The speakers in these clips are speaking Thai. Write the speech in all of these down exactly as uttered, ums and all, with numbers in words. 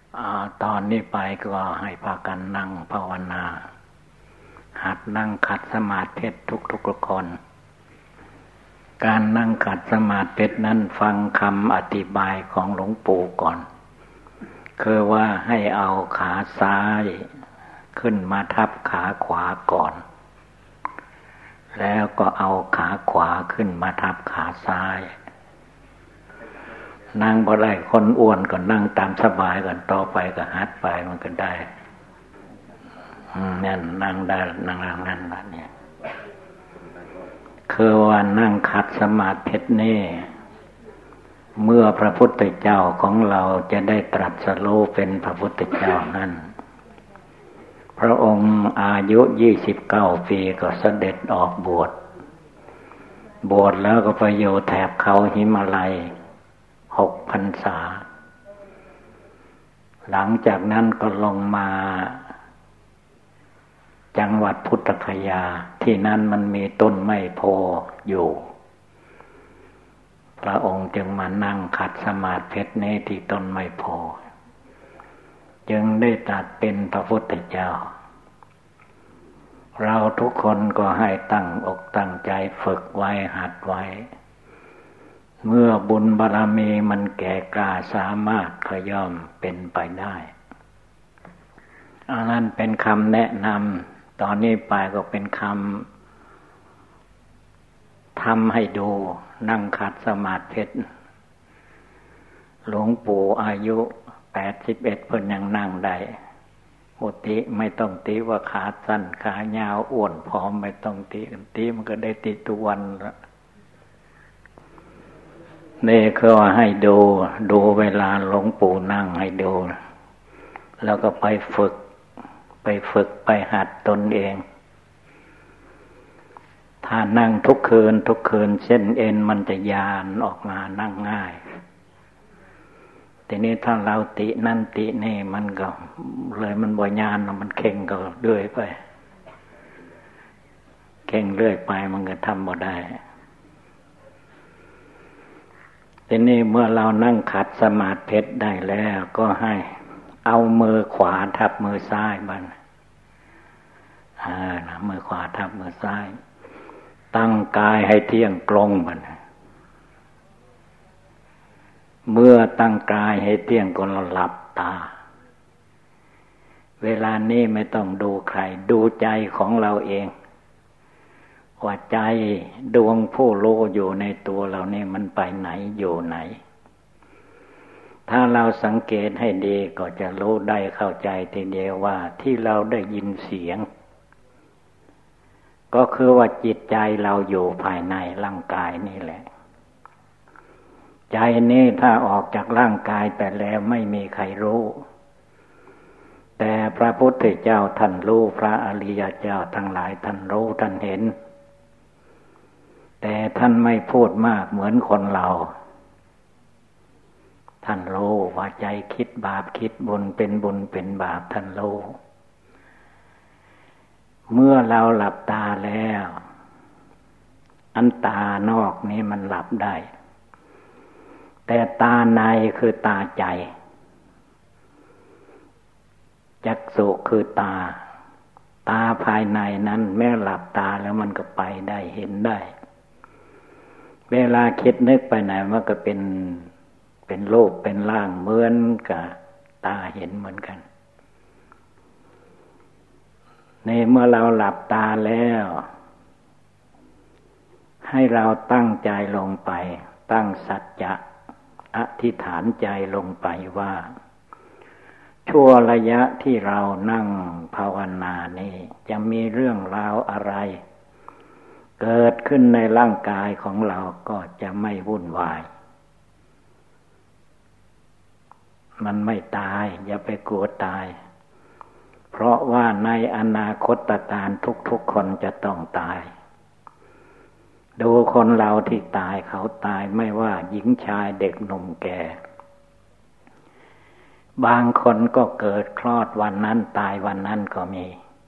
อ่าตอนนี้ไปก็ให้พากันนั่งภาวนาหัดนั่งขัดสมาธิทุกทุกคนการนั่งขัดสมาธินั้นฟังคำอธิบายของหลวงปู่ก่อนคือว่าให้เอาขาซ้ายขึ้นมาทับขาขวาก่อนแล้วก็เอาขาขวาขึ้นมาทับขาซ้ายนั่งบ่ได้คนอ้วนก็นั่งตามสบายกันต่อไปก็หัดไปมันก็ได้นั่นนั่งได้นั่งนั่งนั่นนั่นเนี่ยคือว่านั่งขัดสมาธินี่เมื่อพระพุทธเจ้าของเราจะได้ตรัสรู้เป็นพระพุทธเจ้านั้นพระองค์อายุยี่สิบเก้าปีก็เสด็จออกบวชบวชแล้วก็ไปอยู่แถบเขาหิมาลัยหกพรรษาหลังจากนั้นก็ลงมาจังหวัดพุทธคยาที่นั้นมันมีต้นไม้โพอยู่พระองค์จึงมานั่งขัดสมาธิในที่ต้นไม้โพจึงได้ตรัสเป็นพระพุทธเจ้าเราทุกคนก็ให้ตั้งอกตั้งใจฝึกไว้หัดไว้เมื่อบุญบารมีมันแก่กล้าสามารถก็ย่อมเป็นไปได้อันนั้นเป็นคำแนะนำตอนนี้ไปก็เป็นคำทำให้ดูนั่งขัดสมาธิหลวงปู่อายุแปดสิบเอ็ดเพิ่นยังนั่งได้โอติไม่ต้องติว่าขาสั้นขายาวอ้วนผอมไม่ต้องติติมันก็ได้ติทุกวันละนี่คือให้ดูดูเวลาหลวงปู่นั่งให้ดูแล้วก็ไปฝึกไปฝึกไปหัดตนเองถ้านั่งทุกคืนทุกคืนเส้นเอ็นมันจะยานออกมานั่งง่ายทีนี้ถ้าเราตินั่นตินี่มันก็เลยมันบ่ยานมันเข่งก็เรื่อยไปเข่งเรื่อยไปมันก็ทำบ่ได้ทีนี้เมื่อเรานั่งขัดสมาธิได้แล้วก็ให้เอามือขวาทับมือซ้ายมันอ่านะมือขวาทับมือซ้ายตั้งกายให้เที่ยงตรงมันเมื่อตั้งกายให้เที่ยงก็หลับตาเวลานี้ไม่ต้องดูใครดูใจของเราเองว่าใจดวงผู้รู้อยู่ในตัวเรานี่มันไปไหนอยู่ไหนถ้าเราสังเกตให้ดีก็จะรู้ได้เข้าใจทีเดียวว่าที่เราได้ยินเสียงก็คือว่าจิตใจเราอยู่ภายในร่างกายนี่แหละใจนี้ถ้าออกจากร่างกายไปแล้วไม่มีใครรู้แต่พระพุทธเจ้าท่านรู้พระอริยเจ้าทั้งหลายท่านรู้ท่านเห็นแต่ท่านไม่พูดมากเหมือนคนเราท่านรู้ว่าใจคิดบาปคิดบุญเป็นบุญเป็นบาปท่านรู้เมื่อเราหลับตาแล้วอันตานอกนี้มันหลับได้แต่ตาในคือตาใจจักษุคือตาตาภายในนั้นแม้หลับตาแล้วมันก็ไปได้เห็นได้เวลาคิดนึกไปไหนมันก็เป็นเป็นรูปเป็นร่างเหมือนกับตาเห็นเหมือนกันในเมื่อเราหลับตาแล้วให้เราตั้งใจลงไปตั้งสัจจะอธิษฐานใจลงไปว่าชั่วระยะที่เรานั่งภาวนานี้จะมีเรื่องราวอะไรเกิดขึ้นในร่างกายของเราก็จะไม่วุ่นวายมันไม่ตายอย่าไปกลัวตายเพราะว่าในอนาคตการทุกๆคนจะต้องตายดูคนเราที่ตายเขาตายไม่ว่าหญิงชายเด็กหนุ่มแก่บางคนก็เกิดคลอดวันนั้นตายวันนั้นก็มี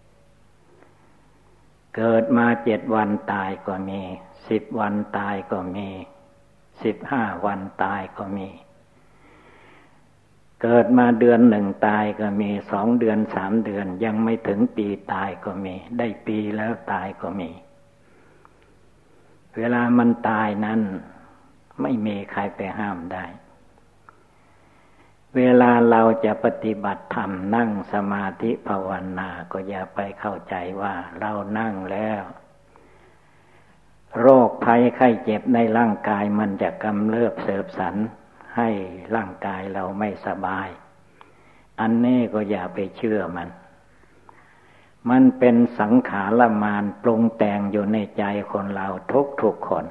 เกิดมาเจ็ดวันตายก็มีสิบวันตายก็มีสิบห้าวันตายก็มีเกิดมาเดือนหนึ่งตายก็มีสองเดือนสามเดือนยังไม่ถึงปีตายก็มีได้ปีแล้วตายก็มีเวลามันตายนั้นไม่มีใครไปห้ามได้เวลาเราจะปฏิบัติธรรมนั่งสมาธิภาวนาก็อย่าไปเข้าใจว่าเรานั่งแล้วโรคภัยไข้เจ็บในร่างกายมันจะกำเริบเสบสรรให้ร่างกายเราไม่สบายอันนี้ก็อย่าไปเชื่อมันมันเป็นสังขารมารปรุงแต่งอยู่ในใจคนเราทุกๆคน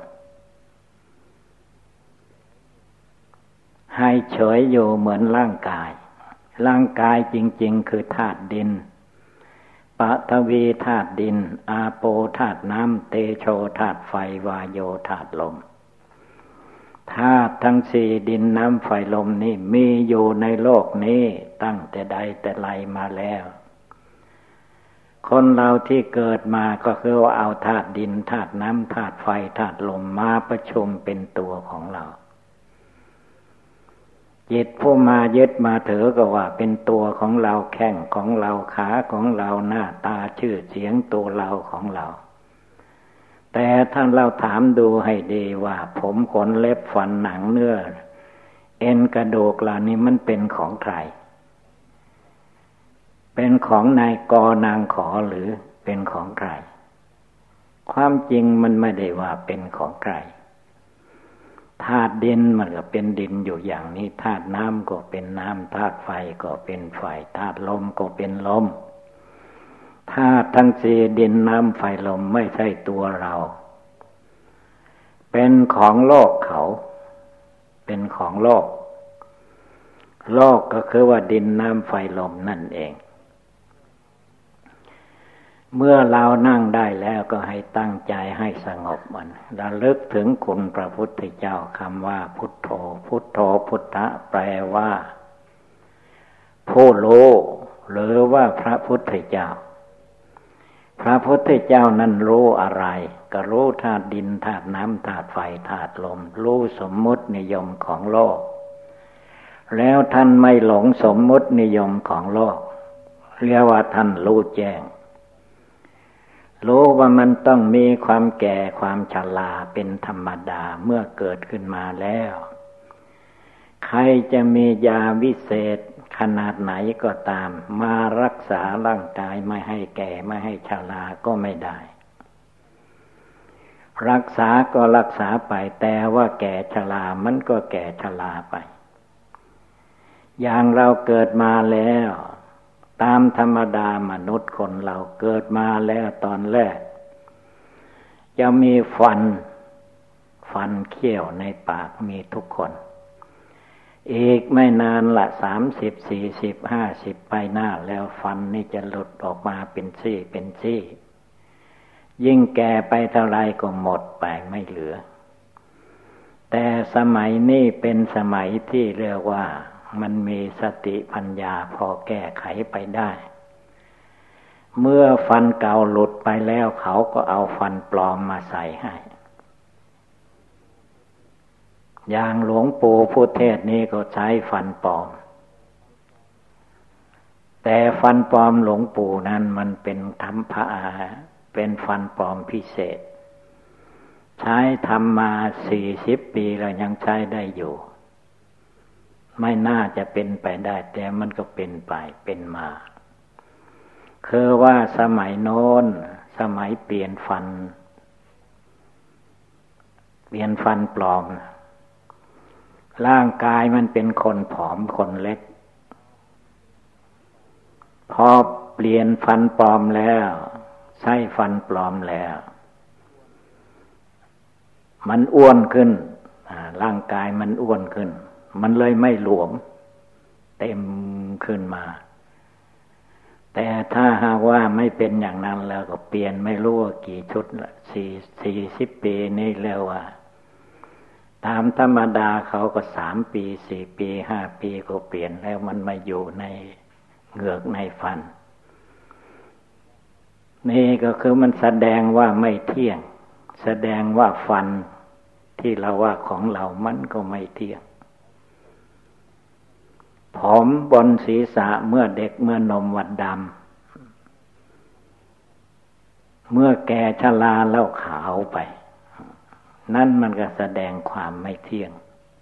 ให้เฉยอยู่เหมือนร่างกายร่างกายจริงๆคือธาตุดินปฐวีธาตุดินอาโปธาตุน้ำเตโชธาตุไฟวาโยธาตุลมธาตุทั้งสี่ดินน้ำไฟลมนี่มีอยู่ในโลกนี้ตั้งแต่ใดแต่ไรมาแล้วคนเราที่เกิดมาก็คือว่าเอาธาตุดินธาตุน้ำธาตุไฟธาตุลมมาประชุมเป็นตัวของเราจิตผู้มายึดมาถือก็ว่าเป็นตัวของเราแข้งของเราขาของเราหน้าตาชื่อเสียงตัวเราของเราแต่ถ้าเราถามดูให้ดีว่าผมขนเล็บฟันหนังเนื้อเอ็นกระดูกเหล่านี้มันเป็นของใครเป็นของนายกนางขอหรือเป็นของใครความจริงมันไม่ได้ว่าเป็นของใครธาตุดินมันก็เป็นดินอยู่อย่างนี้ธาตุน้ำก็เป็นน้ำธาตุไฟก็เป็นไฟธาตุลมก็เป็นลมธาตุทั้งสี่ดินน้ำไฟลมไม่ใช่ตัวเราเป็นของโลกเขาเป็นของโลกโลกก็คือว่าดินน้ำไฟลมนั่นเองเมื่อเรานั่งได้แล้วก็ให้ตั้งใจให้สงบมันระลึกถึงคุณพระพุทธเจ้าคำว่าพุทโธพุทโธพุทธะแปลว่าผู้รู้หรือว่าพระพุทธเจ้าพระพุทธเจ้านั้นรู้อะไรก็รู้ธาตุดินธาตุน้ำธาตุไฟธาตุลมรู้สมมุตินิยมของโลกแล้วท่านไม่หลงสมมุตินิยมของโลกเรียกว่าท่านรู้แจ้งรู้ว่ามันต้องมีความแก่ความชราเป็นธรรมดาเมื่อเกิดขึ้นมาแล้วใครจะมียาวิเศษขนาดไหนก็ตามมารักษาร่างกายไม่ให้แก่ไม่ให้ชราก็ไม่ได้รักษาก็รักษาไปแต่ว่าแก่ชรามันก็แก่ชราไปอย่างเราเกิดมาแล้วตามธรรมดามนุษย์คนเราเกิดมาแล้วตอนแรกจะมีฟันฟันเขี้ยวในปากมีทุกคนอีกไม่นานละสามสิบสี่สิบห้าสิบไปหน้าแล้วฟันนี่จะหลุดออกมาเป็นซี่เป็นซี่ยิ่งแก่ไปเท่าไรก็หมดไปไม่เหลือแต่สมัยนี้เป็นสมัยที่เรียกว่ามันมีสติปัญญาพอแก้ไขไปได้เมื่อฟันเก่าหลุดไปแล้วเขาก็เอาฟันปลอมมาใส่ให้อย่างหลวงปู่พุทธเทศนี้ก็ใช้ฟันปลอมแต่ฟันปลอมหลวงปู่นั้นมันเป็นธรรมภะเป็นฟันปลอมพิเศษใช้ทำมาสี่สิบปีแล้วยังใช้ได้อยู่ไม่น่าจะเป็นไปได้แต่มันก็เป็นไปเป็นมาคือว่าสมัยโน้นสมัยเปลี่ยนฟันเปลี่ยนฟันปลอมร่างกายมันเป็นคนผอมคนเล็กพอเปลี่ยนฟันปลอมแล้วใช้ฟันปลอมแล้วมันอ้วนขึ้นร่างกายมันอ้วนขึ้นมันเลยไม่หลวมเต็มขึ้นมาแต่ถ้าหากว่าไม่เป็นอย่างนั้นแล้วก็เปลี่ยนไม่รู้ว่ากี่ชุดละสี่สี่สิบปีนี่แล้วว่าตามธรรมดาเขาก็สามปีสี่ปีห้าปีก็เปลี่ยนแล้วมันมาอยู่ในเหงือกในฟันนี่ก็คือมันแสดงว่าไม่เที่ยงแสดงว่าฟันที่เราว่าของเรามันก็ไม่เที่ยงผผมบนศีรษะเมื่อเด็กเมื่อนมวัดดำเมื่อแก่ชราแล้วขาวไปนั่นมันก็แสดงความไม่เที่ยง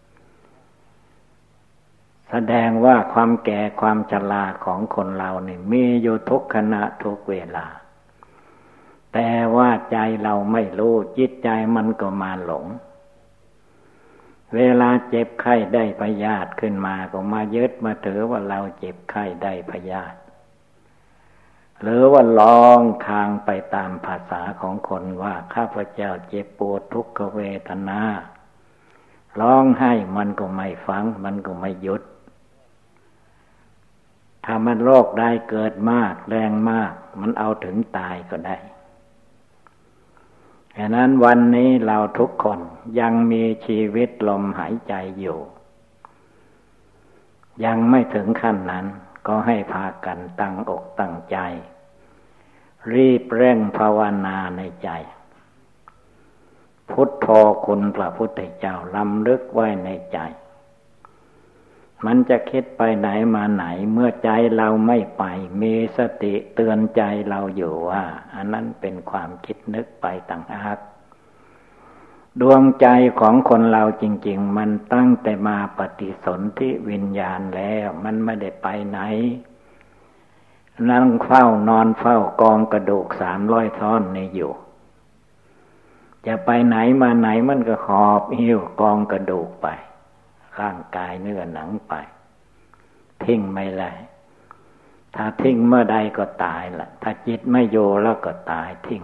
แสดงว่าความแก่ความชราของคนเรานี่มีอยู่ทุกขณะทุกเวลาแต่ว่าใจเราไม่รู้จิตใจมันก็มาหลงเวลาเจ็บไข้ได้พยาธิขึ้นมาก็มายึดมาถือว่าเราเจ็บไข้ได้พยาธิหรือว่าร้องทางไปตามภาษาของคนว่าข้าพเจ้าเจ็บปวดทุกขเวทนาร้องไห้มันก็ไม่ฟังมันก็ไม่หยุดถ้ามันโรคได้เกิดมากแรงมากมันเอาถึงตายก็ได้ฉะนั้นวันนี้เราทุกคนยังมีชีวิตลมหายใจอยู่ยังไม่ถึงขั้นนั้นก็ให้พากันตั้งอกตั้งใจรีบเร่งภาวนาในใจพุทโธคุณพระพุทธเจ้าลำลึกไว้ในใจมันจะคิดไปไหนมาไหนเมื่อใจเราไม่ไปมีสติเตือนใจเราอยู่ว่าอันนั้นเป็นความคิดนึกไปต่างหากดวงใจของคนเราจริงๆมันตั้งแต่มาปฏิสนธิวิญญาณแล้วมันไม่ได้ไปไหนนั่งเฝ้านอนเฝ้ากองกระดูกสามร้อยท่อนนี่อยู่จะไปไหนมาไหนมันก็หอบหิ้วกองกระดูกไปร่างกายเนื้อหนังไปทิ้งไม่ได้ถ้าทิ้งเมื่อใดก็ตายละถ้าจิตไม่อยู่แล้วก็ตายทิ้ง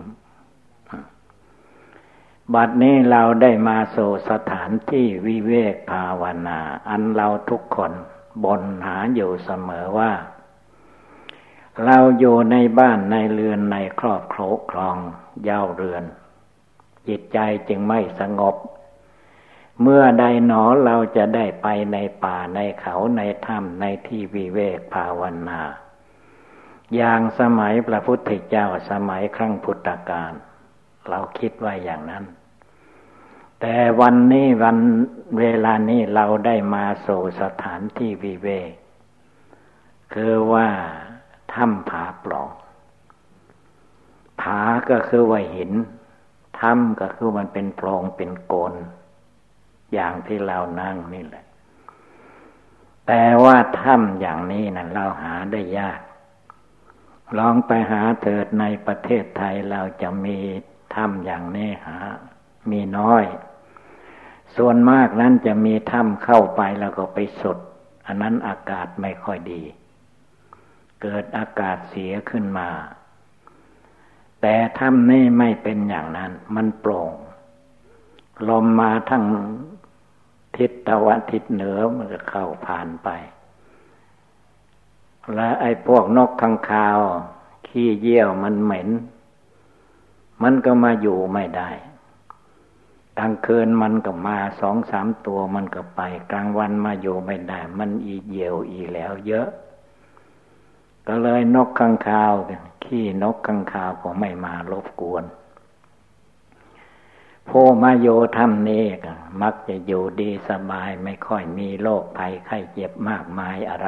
บัดนี้เราได้มาสู่สถานที่วิเวกภาวนาอันเราทุกคนบ่นหาอยู่เสมอว่าเราอยู่ในบ้านในเรือนในครอบครองเย้าเรือนจิตใจจึงไม่สงบเมื่อใดหนอเราจะได้ไปในป่าในเขาในถ้ำในที่วิเวกภาวนาอย่างสมัยพระพุทธเจ้าสมัยครั้งพุทธกาลเราคิดว่าอย่างนั้นแต่วันนี้วันเวลานี้เราได้มาสู่สถานที่วิเวกคือว่าถ้ำผาปล่องผาก็คือว่าหินถ้ำก็คือมันเป็นโพรงเป็นโกนอย่างที่เรานั่งนี่แหละแต่ว่าถ้ำอย่างนี้นะเราหาได้ยากลองไปหาเถิดในประเทศไทยเราจะมีถ้ำอย่างนี้หามีน้อยส่วนมากนั้นจะมีถ้ำเข้าไปแล้วก็ไปสุดอันนั้นอากาศไม่ค่อยดีเกิดอากาศเสียขึ้นมาแต่ถ้ำนี้ไม่เป็นอย่างนั้นมันโปร่งลมมาทั้งทิศตะวันทิศเหนือมันก็เข้าผ่านไปและไอ้พวกนกข้างคาวขี้เยี่ยวมันเหม็นมันก็มาอยู่ไม่ได้กลางคืนมันก็มาสองสามตัวมันก็ไปกลางวันมาอยู่ไม่ได้มันอีเยี่ยวอีแล้วเยอะก็เลยนกข้างคาวขี้นกข้างคาวก็ไม่มารบกวนผู้มาโยธรรมนี้ก็มักจะอยู่ดีสบายไม่ค่อยมีโรคภัยไข้เจ็บมากมายอะไร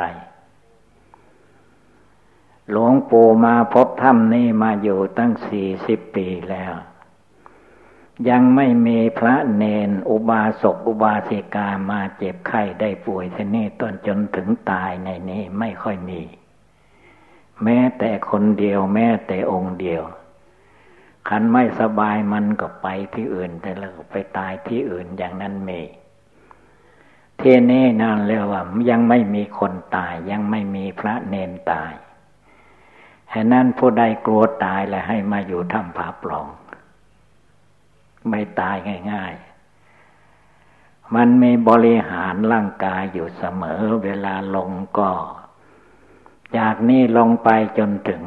หลวงปู่มาพบธรรมนี้มาอยู่ตั้งสี่สิบปีแล้วยังไม่มีพระเนนอุบาสกอุบาสิกามาเจ็บไข้ได้ป่วยที่นี่ต้นจนถึงตายในนี้ไม่ค่อยมีแม้แต่คนเดียวแม้แต่องค์เดียวคันไม่สบายมันก็ไปที่อื่นแต่แล้วก็ไปตายที่อื่นอย่างนั้นมีที่นี่นั่นเรียกว่ายังไม่มีคนตายยังไม่มีพระเนนตายฉะนั้นผู้ใดกลัวตายแล้วให้มาอยู่ถ้ำผาปล่องไม่ตายง่ายๆมันมีบริหารร่างกายอยู่เสมอเวลาลงก็จากนี้ลงไปจนถึง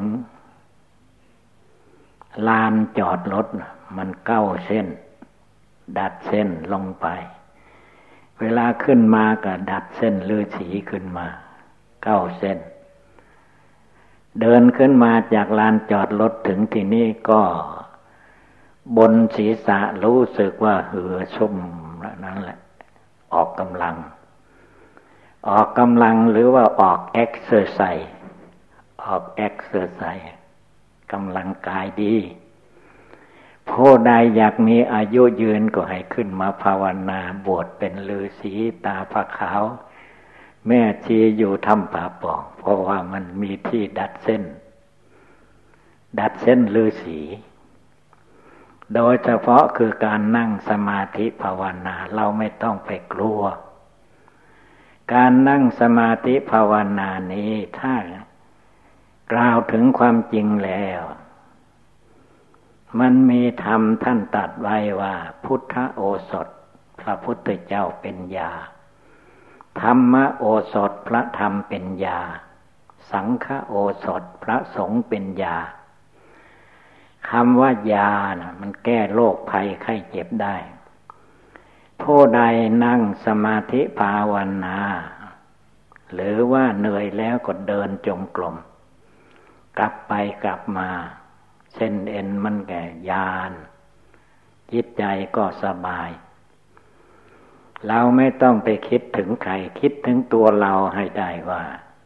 ลานจอดรถมันเก้าเส้นดัดเส้นลงไปเวลาขึ้นมาก็ดัดเส้นฤาษีขึ้นมาเก้าเส้นเดินขึ้นมาจากลานจอดรถถึงที่นี่ก็บนศีรษะรู้สึกว่าเหือชุ่มนั่นแหละออกกำลังออกกำลังหรือว่าออกเอ็กซ์เซอร์ไซส์ออกเอ็กซ์เซอร์ไซส์กำลังกายดีผู้ใดอยากมีอายุยืนก็ให้ขึ้นมาภาวนาบวชเป็นฤาษีตาผ้าขาวแม่ชีอยู่ถ้ำป่าปองเพราะว่ามันมีที่ดัดเส้นดัดเส้นฤาษีโดยเฉพาะคือการนั่งสมาธิภาวนาเราไม่ต้องไปกลัวการนั่งสมาธิภาวนานี้ถ้ากล่าวถึงความจริงแล้วมันมีธรรมท่านตรัสไว้ว่าพุทธโอสถพระพุทธเจ้าเป็นยาธรรมโอสถพระธรรมเป็นยาสังฆโอสถพระสงฆ์เป็นยาคำว่ายานะมันแก้โรคภัยไข้เจ็บได้ผู้ใดนั่งสมาธิภาวนาหรือว่าเหนื่อยแล้วก็เดินจงกรมกลับไปกลับมาเส้นเอ็นมันแก่ยานจิตใจก็สบายเราไม่ต้องไปคิดถึงใครคิดถึงตัวเราให้ได้ว่า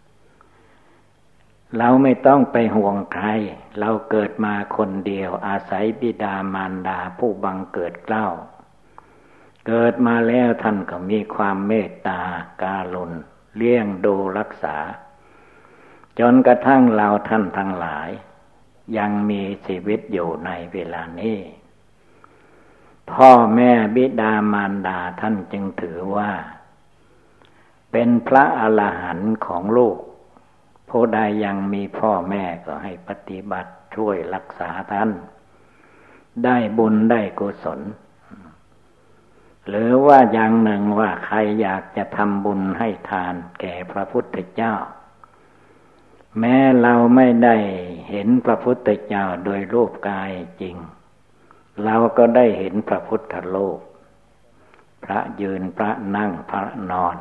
เราไม่ต้องไปห่วงใครเราเกิดมาคนเดียวอาศัยบิดามารดาผู้บังเกิดเกล้าเกิดมาแล้วท่านก็มีความเมตตาการุณเลี้ยงดูรักษาจนกระทั่งเราท่านทั้งหลายยังมีชีวิตอยู่ในเวลานี้พ่อแม่บิดามารดาท่านจึงถือว่าเป็นพระอรหันต์ของลูกผู้ใดยังมีพ่อแม่ก็ให้ปฏิบัติช่วยรักษาท่านได้บุญได้กุศลหรือว่าอย่างหนึ่งว่าใครอยากจะทำบุญให้ทานแก่พระพุทธเจ้าแม้เราไม่ได้เห็นพระพุทธเจ้าโดยรูปกายจริงเราก็ได้เห็นพระพุทธรูปพระยืนพระนั่งพระนอน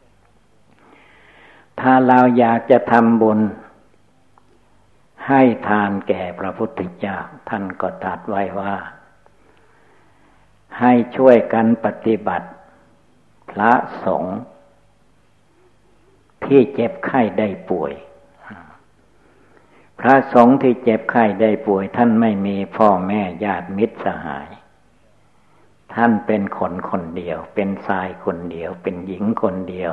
ถ้าเราอยากจะทำบุญให้ทานแก่พระพุทธเจ้าท่านก็ตรัสไว้ว่าให้ช่วยกันปฏิบัติพระสงฆ์ที่เจ็บไข้ได้ป่วยพระสงฆ์ที่เจ็บไข้ได้ป่วยท่านไม่มีพ่อแม่ญาติมิตรสหายท่านเป็นคนคนเดียวเป็นชายคนเดียวเป็นหญิงคนเดียว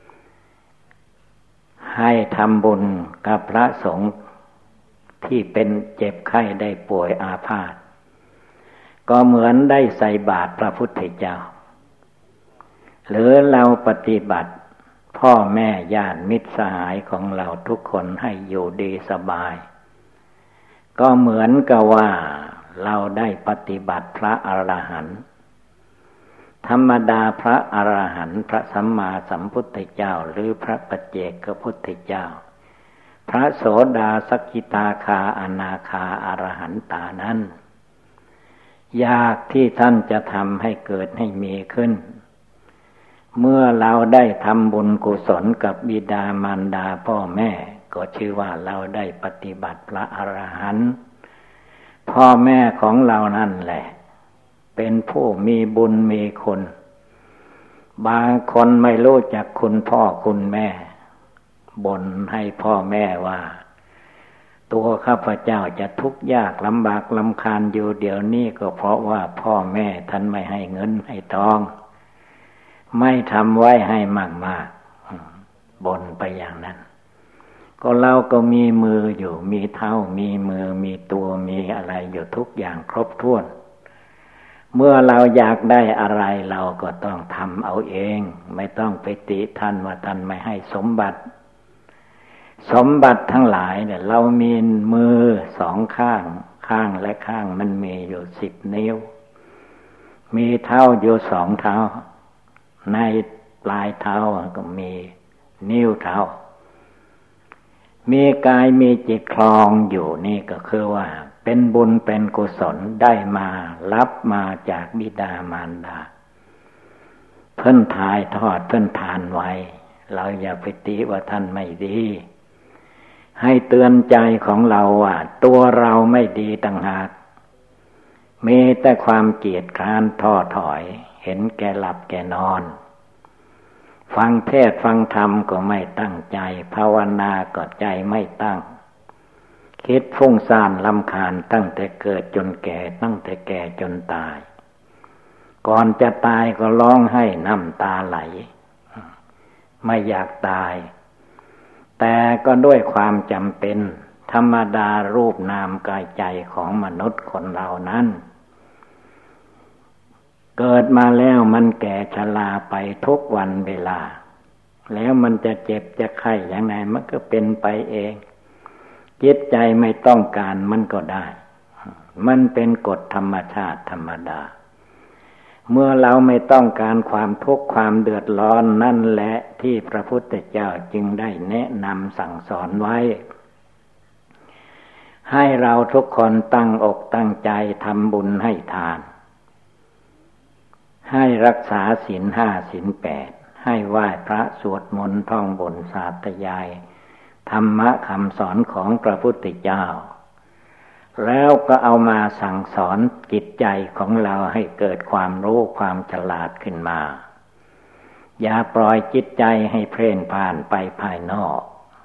ให้ทำบุญกับพระสงฆ์ที่เป็นเจ็บไข้ได้ป่วยอาพาธก็เหมือนได้ใส่บาตรพระพุทธเจ้าหรือเราปฏิบัติพ่อแม่ญาติมิตรสหายของเราทุกคนให้อยู่ดีสบายก็เหมือนกับว่าเราได้ปฏิบัติพระอรหันต์ธรรมดาพระอรหันต์พระสัมมาสัมพุทธเจ้าหรือพระปัจเจกพุทธเจ้าพระโสดาสกิทาคาอนาคาอรหันตานั้นยากที่ท่านจะทำให้เกิดให้มีขึ้นเมื่อเราได้ทำบุญกุศลกับบิดามารดาพ่อแม่ก็ชื่อว่าเราได้ปฏิบัติพระอรหันต์พ่อแม่ของเรานั่นแหละเป็นผู้มีบุญมีคุณบางคนไม่รู้จักคุณพ่อคุณแม่บ่นให้พ่อแม่ว่าตัวข้าพเจ้าจะทุกข์ยากลำบากลำคาญอยู่เดี๋ยวนี้ก็เพราะว่าพ่อแม่ท่านไม่ให้เงินให้ทองไม่ทำไว้ให้มากๆบ่นไปอย่างนั้นก็เราก็มีมืออยู่มีเท้ามีมือมีตัวมีอะไรอยู่ทุกอย่างครบถ้วนเมื่อเราอยากได้อะไรเราก็ต้องทำเอาเองไม่ต้องไปติท่านว่าท่านไม่ให้สมบัติสมบัติทั้งหลายเนี่ยเรามีมือสองข้างข้างและข้างมันมีอยู่สิบนิ้วมีเท้าอยู่สองเท้าในปลายเท้าก็มีนิ้วเท้ามีกายมีจิตคลองอยู่นี่ก็คือว่าเป็นบุญเป็นกุศลได้มารับมาจากบิดามารดาเพิ่นถ่ายทอดเพิ่นทานไว้เราอย่าไปติว่าท่านไม่ดีให้เตือนใจของเราว่าตัวเราไม่ดีต่างหากมีแต่ความเกียจคร้านท้อถอยเห็นแก่หลับแก่นอนฟังเทศน์ฟังธรรมก็ไม่ตั้งใจภาวนาก็ใจไม่ตั้งคิดฟุ้งซ่านรำคาญตั้งแต่เกิดจนแก่ตั้งแต่แก่จนตายก่อนจะตายก็ร้องไห้น้ำตาไหลไม่อยากตายแต่ก็ด้วยความจำเป็นธรรมดารูปนามกายใจของมนุษย์คนเรานั้นเกิดมาแล้วมันแก่ชราไปทุกวันเวลาแล้วมันจะเจ็บจะไข้อย่างไรมันก็เป็นไปเองจิตใจไม่ต้องการมันก็ได้มันเป็นกฎธรรมชาติธรรมดาเมื่อเราไม่ต้องการความทุกข์ความเดือดร้อนนั่นแหละที่พระพุทธเจ้าจึงได้แนะนำสั่งสอนไว้ให้เราทุกคนตั้งอกตั้งใจทำบุญให้ทานให้รักษาศีลห้าศีลแปดให้ไหว้พระสวดมนต์ท่องบนสาธยายธรรมะคำสอนของพระพุทธเจ้าแล้วก็เอามาสั่งสอนจิตใจของเราให้เกิดความรู้ความฉลาดขึ้นมาอย่าปล่อยจิตใจให้เพลินผ่านไปภายนอก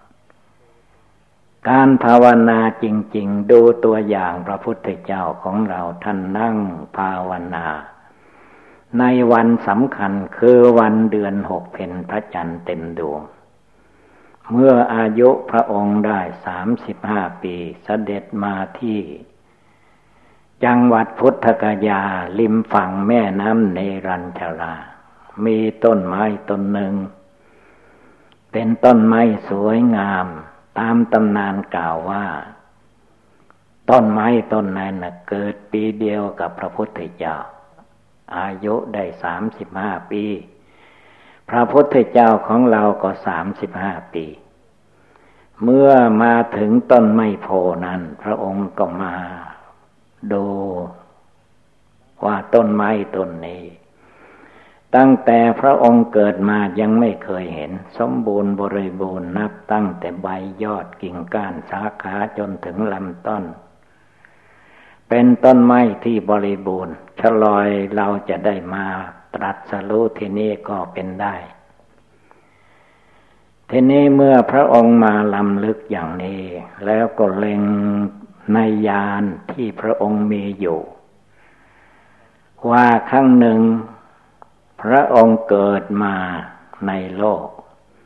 การภาวนาจริงๆดูตัวอย่างพระพุทธเจ้าของเราท่านนั่งภาวนาในวันสำคัญคือวันเดือนหกเพ็ญพระจันทร์เต็มดวงเมื่ออายุพระองค์ได้สามสิบห้าปีเสด็จมาที่จังหวัดพุทธกยาริมฝั่งแม่น้ำเนรัญชรามีต้นไม้ต้นหนึ่งเป็นต้นไม้สวยงามตามตำนานกล่าวว่าต้นไม้ต้นนั้นนะเกิดปีเดียวกับพระพุทธเจ้าอายุได้สามสิบห้าปีพระพุทธเจ้าของเราก็สามสิบห้าปีเมื่อมาถึงต้นไม้โพนั้นพระองค์ก็มาดูว่าต้นไม้ต้นนี้ตั้งแต่พระองค์เกิดมายังไม่เคยเห็นสมบูรณ์บริบูรณ์นับตั้งแต่ใบยอดกิ่งก้านสาขาจนถึงลำต้นเป็นต้นไม้ที่บริบูรณ์ชะลอยเราจะได้มาตรัสรู้ที่นี่ก็เป็นได้ทีนี้เมื่อพระองค์มาลำลึกอย่างนี้แล้วก็เล็งในญาณที่พระองค์มีอยู่ว่าครั้งหนึ่งพระองค์เกิดมาในโลก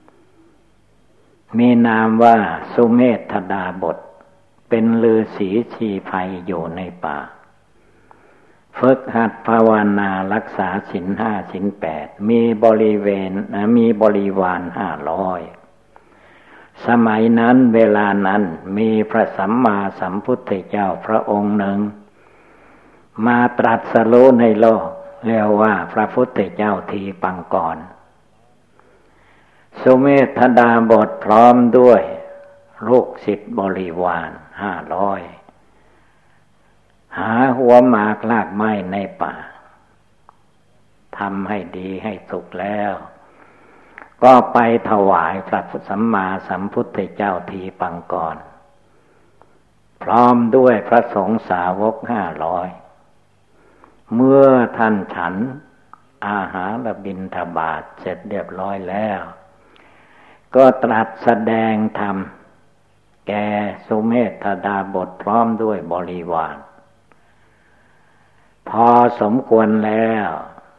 มีนามว่าสุเมธดาบทเป็นฤาษีชีไพรอยู่ในป่าฝึกหัดภาวนารักษาศีลห้าศีลแปดมีบริเวณมีบริวารห้าร้อยสมัยนั้นเวลานั้นมีพระสัมมาสัมพุทธเจ้าพระองค์หนึ่งมาตรัสรู้ในโลกเรียกว่าพระพุทธเจ้าทีปังกรสุเมธดาบทพร้อมด้วยลูกศิษย์บริวารห้าร้อยหาหัวหมากลากไม้ในป่าทำให้ดีให้สุกแล้วก็ไปถวายพระสัมมาสัมพุทธเจ้าทีปังกรพร้อมด้วยพระสงฆ์สาวกห้าร้อยเมื่อท่านฉันอาหารบิณฑบาตเสร็จเรียบร้อยแล้วก็ตรัสแสดงธรรมแก่สุเมธดาบทพร้อมด้วยบริวารพอสมควรแล้ว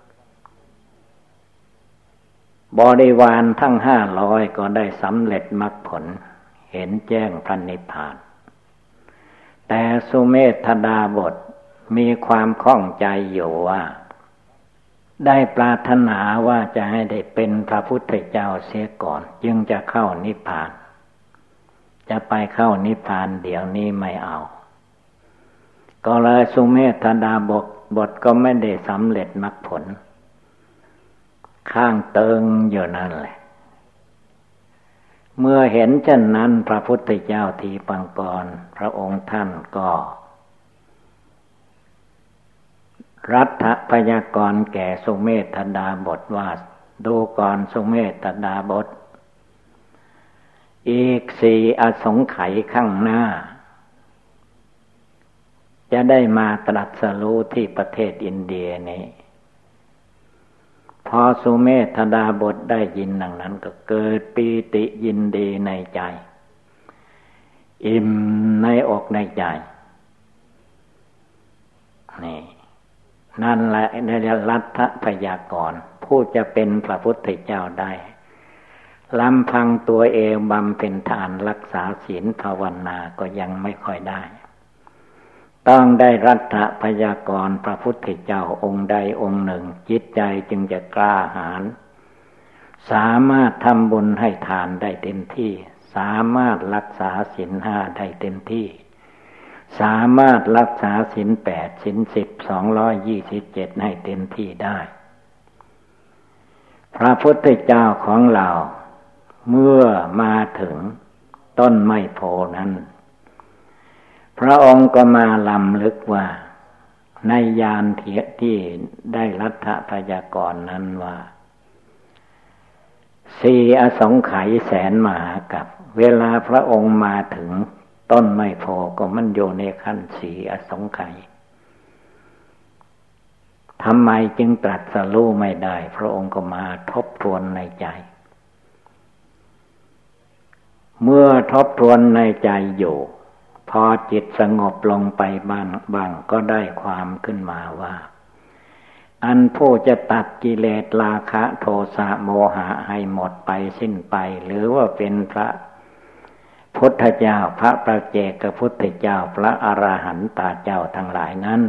บริวารทั้งห้าร้อยก็ได้สำเร็จมรรคผลเห็นแจ้งพระนิพพานแต่สุเมธดาบทมีความข้องใจอยู่ว่าได้ปรารถนาว่าจะให้ได้เป็นพระพุทธเจ้าเสียก่อนจึงจะเข้านิพพานจะไปเข้านิพพานเดี๋ยวนี้ไม่เอาก็เลยสุเมธดาบทบทก็ไม่ได้สำเร็จมรรคผลข้างเติงอยู่นั่นแหละเมื่อเห็นเช่นนั้นพระพุทธเจ้าทีปังกรพระองค์ท่านก็รัฐพยากรณ์แก่สุเมธดาบทว่าดูก่อนสุเมธดาบทอีกสี่อสงไขยข้างหน้าจะได้มาตรัสรู้ที่ประเทศอินเดียนี้พอสุเมธดาบทได้ยินดังนั้นก็เกิดปีติยินดีในใจอิ่มในอกในใจนี่นั่นแหละในรัฐพยากรณ์ผู้จะเป็นพระพุทธเจ้าได้ลำพังตัวเองบำเพ็ญทานรักษาศีลภาวนาก็ยังไม่ค่อยได้ต้องได้รัฐพยากรณ์พระพุทธเจ้าองค์ใดองค์หนึ่งจิตใจจึงจะกล้าหาญสามารถทำบุญให้ทานได้เต็มที่สามารถรักษาศีลห้าได้เต็มที่สามารถรักษาศีลแปดศีลสิบสองร้อยยี่สิบเจ็ดให้เต็มที่ได้พระพุทธเจ้าของเราเมื่อมาถึงต้นไม้โพนั้นพระองค์ก็มาลำลึกว่าในยานเถียที่ได้รัฐพยากรณ์นั้นว่าสี่อสงไขยแสนมหากัปเวลาพระองค์มาถึงต้นไม้โพก็มันอยู่ในขั้นสี่อสงไขยทำไมจึงตรัสรู้ไม่ได้พระองค์ก็มาทบทวนในใจเมื่อทบทวนในใจอยู่พอจิตสงบลงไปบ้างบ้างก็ได้ความขึ้นมาว่าอันผู้จะตัดกิเลสราคะโทสะโมหะให้หมดไปสิ้นไปหรือว่าเป็นพระพุทธเจ้าพระปัจเจกพุทธเจ้าพระอรหันตเจ้าทั้งหลายนั้น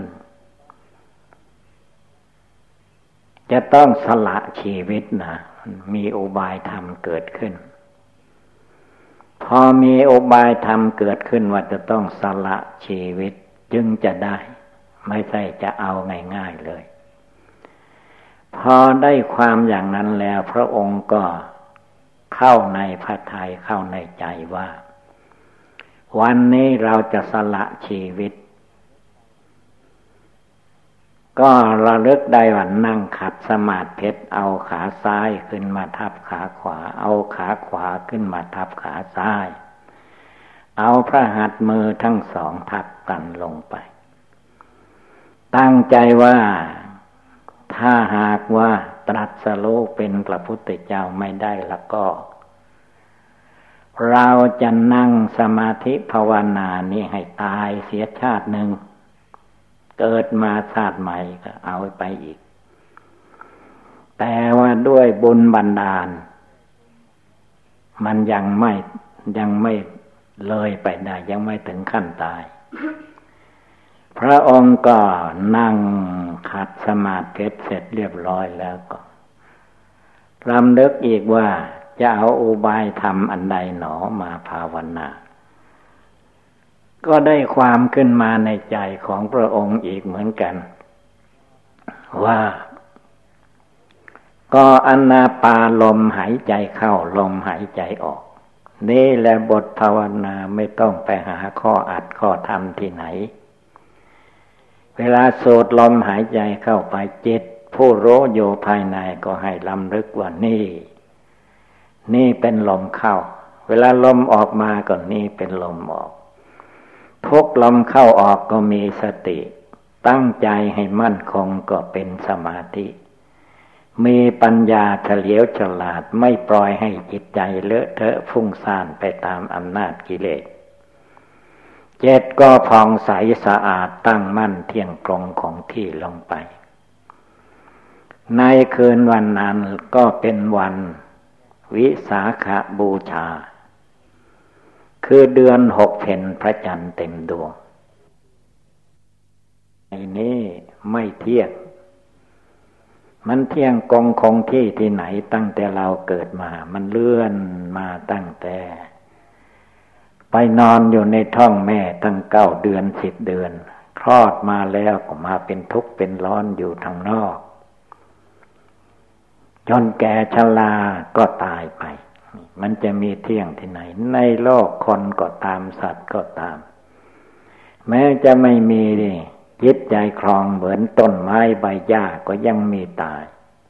จะต้องสละชีวิตนะมีอุบายธรรมเกิดขึ้นพอมีอุบายธรรมเกิดขึ้นว่าจะต้องสละชีวิตจึงจะได้ไม่ใช่จะเอาง่ายๆเลยพอได้ความอย่างนั้นแล้วพระองค์ก็เข้าในพระทัยเข้าในใจว่าวันนี้เราจะสละชีวิตก็ระลึกได้ว่านั่งขัดสมาธิเอาขาซ้ายขึ้นมาทับขาขวาเอาขาขวาขึ้นมาทับขาซ้ายเอาพระหัตถ์มือทั้งสองทับกันลงไปตั้งใจว่าถ้าหากว่าตรัสรู้เป็นพระพุทธเจ้าไม่ได้แล้วก็เราจะนั่งสมาธิภาวนานี้ให้ตายเสียชาติหนึ่งเกิดมาชาติใหม่ก็เอาไปอีกแต่ว่าด้วยบุญบันดาลมันยังไม่ยังไม่เลยไปได้ยังไม่ถึงขั้นตายพระองค์ก็นั่งขัดสมาธิเสร็จเรียบร้อยแล้วก็รำลึกอีกว่าจะเอาอุบายธรรมอันใดหนอมาภาวนาก็ได้ความขึ้นมาในใจของพระองค์อีกเหมือนกันว่าก็อนาปานลมหายใจเข้าลมหายใจออกนี่แหละบทภาวนาไม่ต้องไปหาข้ออัดข้อธรรมที่ไหนเวลาสูดลมหายใจเข้าไปจิตผู้รู้อยู่ภายในก็ให้ลำลึกว่านี่นี่เป็นลมเข้าเวลาลมออกมาก็นี่เป็นลมออกทุกลมเข้าออกก็มีสติตั้งใจให้มั่นคงก็เป็นสมาธิมีปัญญาเฉลียวฉลาดไม่ปล่อยให้จิตใจเลอะเทอะฟุ้งซ่านไปตามอำนาจกิเลสเจตก็ผ่องใสสะอาดตั้งมั่นเที่ยงตรงของที่ลงไปในคืนวันนั้นก็เป็นวันวิสาขบูชาคือเดือนหกเพ็ญพระจันทร์เต็มดวงไอ้นี้ไม่เที่ยงมันเที่ยงกงคงที่ที่ไหนตั้งแต่เราเกิดมามันเลื่อนมาตั้งแต่ไปนอนอยู่ในท้องแม่ตั้งเก้าเดือนสิบเดือนคลอดมาแล้วก็มาเป็นทุกข์เป็นร้อนอยู่ทางนอกจนแก่ชราก็ตายไปมันจะมีเที่ยงที่ไหนในโลกคนก็ตามสัตว์ก็ตามแม้จะไม่มีจิตใจครองเหมือนต้นไม้ใบหญ้าก็ยังมีตาย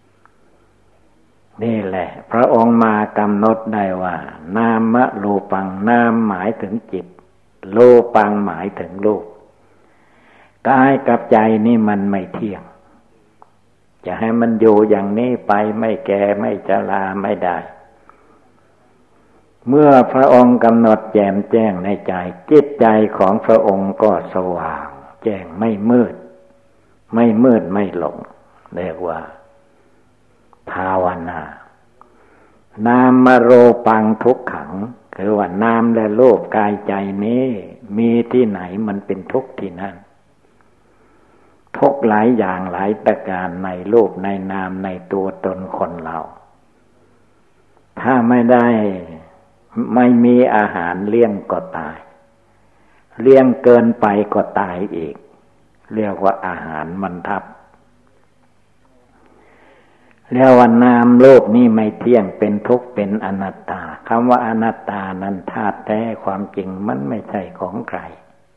นี่แหละพระองค์มากำหนดได้ว่านามะรูปังนามหมายถึงจิตรูปังหมายถึงรูปกายกับใจนี่มันไม่เที่ยงจะให้มันอยู่อย่างนี้ไปไม่แก่ไม่ชราไม่ได้เมื่อพระองค์กำหนดแจ่มแจ้งในใจจิตใจของพระองค์ก็สว่างแจ้งไม่มืดไม่มืดไม่หลงเรียกว่าภาวนานามโรปังทุกขังคือว่านามและรูปกายใจนี้มีที่ไหนมันเป็นทุกข์ที่นั่นทุกข์หลายอย่างหลายประการในรูปในนามในตัวตนคนเราถ้าไม่ได้ไม่มีอาหารเลี้ยงก็ตายเลี้ยงเกินไปก็ตายอีกเรียกว่าอาหารมันทับเรียกว่านามโลกนี้ไม่เที่ยงเป็นทุกข์เป็นอนัตตาคำว่าอนัตตานั้นธาตุแท้ความจริงมันไม่ใช่ของใคร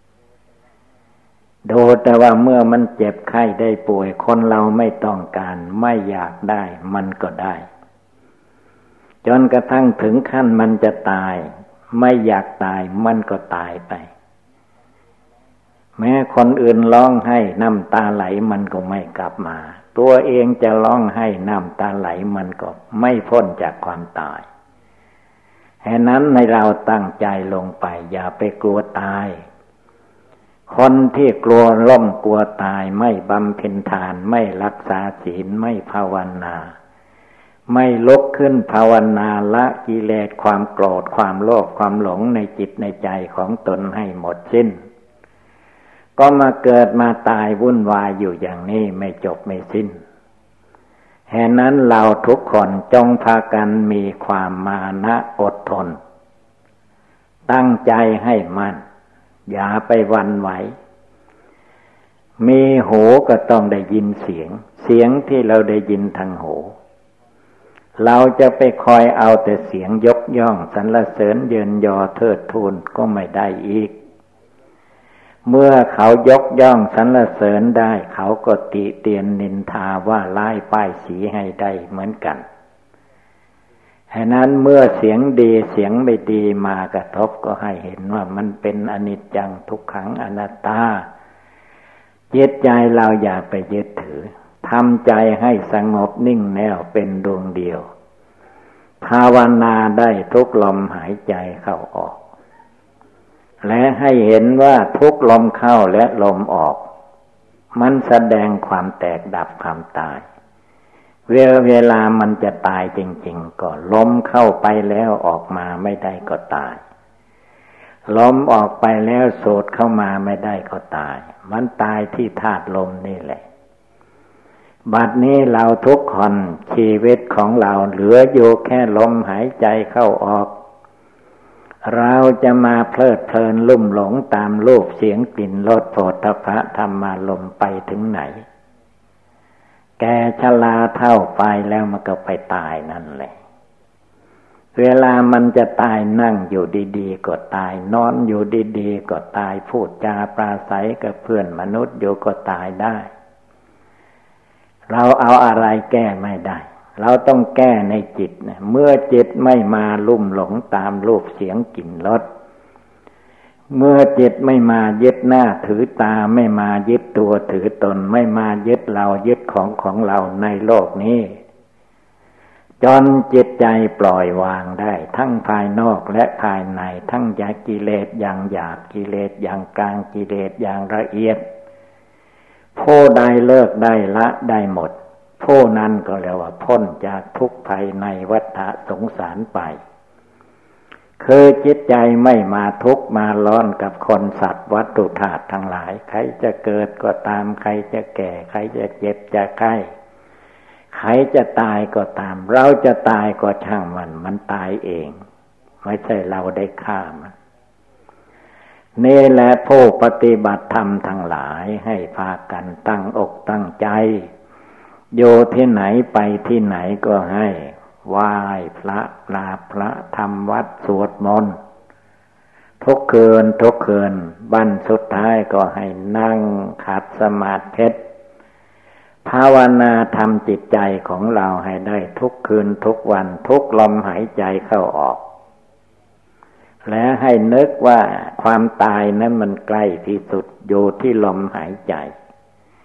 โดยแต่ว่าเมื่อมันเจ็บไข้ได้ป่วยคนเราไม่ต้องการไม่อยากได้มันก็ได้จนกระทั่งถึงขั้นมันจะตายไม่อยากตายมันก็ตายไปแม้คนอื่นร้องให้น้ำตาไหลมันก็ไม่กลับมาตัวเองจะร้องให้น้ำตาไหลมันก็ไม่พ้นจากความตายฉะนั้นในเราตั้งใจลงไปอย่าไปกลัวตายคนที่กลัวล้มกลัวตายไม่บำเพ็ญทานไม่รักษาศีลไม่ภาวนาไม่ลุกขึ้นภาวนาละกิเลสความโกรธความโลภความหลงในจิตในใจของตนให้หมดสิ้นก็มาเกิดมาตายวุ่นวายอยู่อย่างนี้ไม่จบไม่สิ้นฉะนั้นเราทุกคนจงพากันมีความมานะอดทนตั้งใจให้มั่นอย่าไปหวั่นไหวมีหูก็ต้องได้ยินเสียงเสียงที่เราได้ยินทางหูเราจะไปคอยเอาแต่เสียงยกย่องสรรเสริญเยินยอเทิดทูนก็ไม่ได้อีกเมื่อเขายกย่องสรรเสริญได้เขาก็ติเตียนนินทาว่าร้ายป้ายสีให้ได้เหมือนกันฉะนั้นเมื่อเสียงดีเสียงไม่ดีมากระทบก็ให้เห็นว่ามันเป็นอนิจจังทุกขังอนัตตาจิตใจเราอย่าไปยึดถือทำใจให้สงบนิ่งแน่วเป็นดวงเดียวภาวนาได้ทุกลมหายใจเข้าออกและให้เห็นว่าทุกลมเข้าและลมออกมันแสดงความแตกดับความตายเวลาเวลามันจะตายจริงๆก็ลมเข้าไปแล้วออกมาไม่ได้ก็ตายลมออกไปแล้วสูดเข้ามาไม่ได้ก็ตายมันตายที่ธาตุลมนี่แหละบัดนี้เราทุกคนชีวิตของเราเหลืออยู่แค่ลมหายใจเข้าออกเราจะมาเพลิดเพลินลุ่มหลงตามรูปเสียงกลิ่นรสโผฏฐัพพะธรรมารมณ์ไปถึงไหนแก่ชราเฒ่าไปแล้วมันก็ไปตายนั่นแหละเวลามันจะตายนั่งอยู่ดีๆก็ตายนอนอยู่ดีๆก็ตายพูดจาปราศัยกับเพื่อนมนุษย์อยู่ก็ตายได้เราเอาอะไรแก้ไม่ได้เราต้องแก้ในจิตนะเมื่อจิตไม่มาลุ่มหลงตามรูปเสียงกลิ่นรสเมื่อจิตไม่มายึดหน้าถือตาไม่มายึดตัวถือตนไม่มายึดเรายึดของของเราในโลกนี้จนจิตใจปล่อยวางได้ทั้งภายนอกและภายในทั้งยากิเลสอย่างหยาบกิเลสอย่างกลางกิเลสอย่างละเอียดผู้ใดเลิกได้ละได้หมดผู้นั้นก็เรียกว่าพ้นจากทุกข์ภายในวัฏสงสารไปคือจิตใจไม่มาทุกข์มาร้อนกับคนสัตว์วัตถุธาตุทั้งหลายใครจะเกิดก็ตามใครจะแก่ใครจะเจ็บจะไข้ใครจะตายก็ตามเราจะตายก็ช่างมันมันตายเองไม่ใช่เราได้ฆ่ามันนี่แหละผู้ปฏิบัติธรรมทั้งหลายให้พากันตั้งอกตั้งใจโยที่ไหนไปที่ไหนก็ให้ไหว้พระกราบพระทำวัดสวดมนต์ทุกคืนทุกคืนวันสุดท้ายก็ให้นั่งขัดสมาธิภาวนาทำจิตใจของเราให้ได้ทุกคืนทุกวันทุกลมหายใจเข้าออกและให้นึกว่าความตายนั้นมันใกล้ที่สุดอยู่ที่ลมหายใจ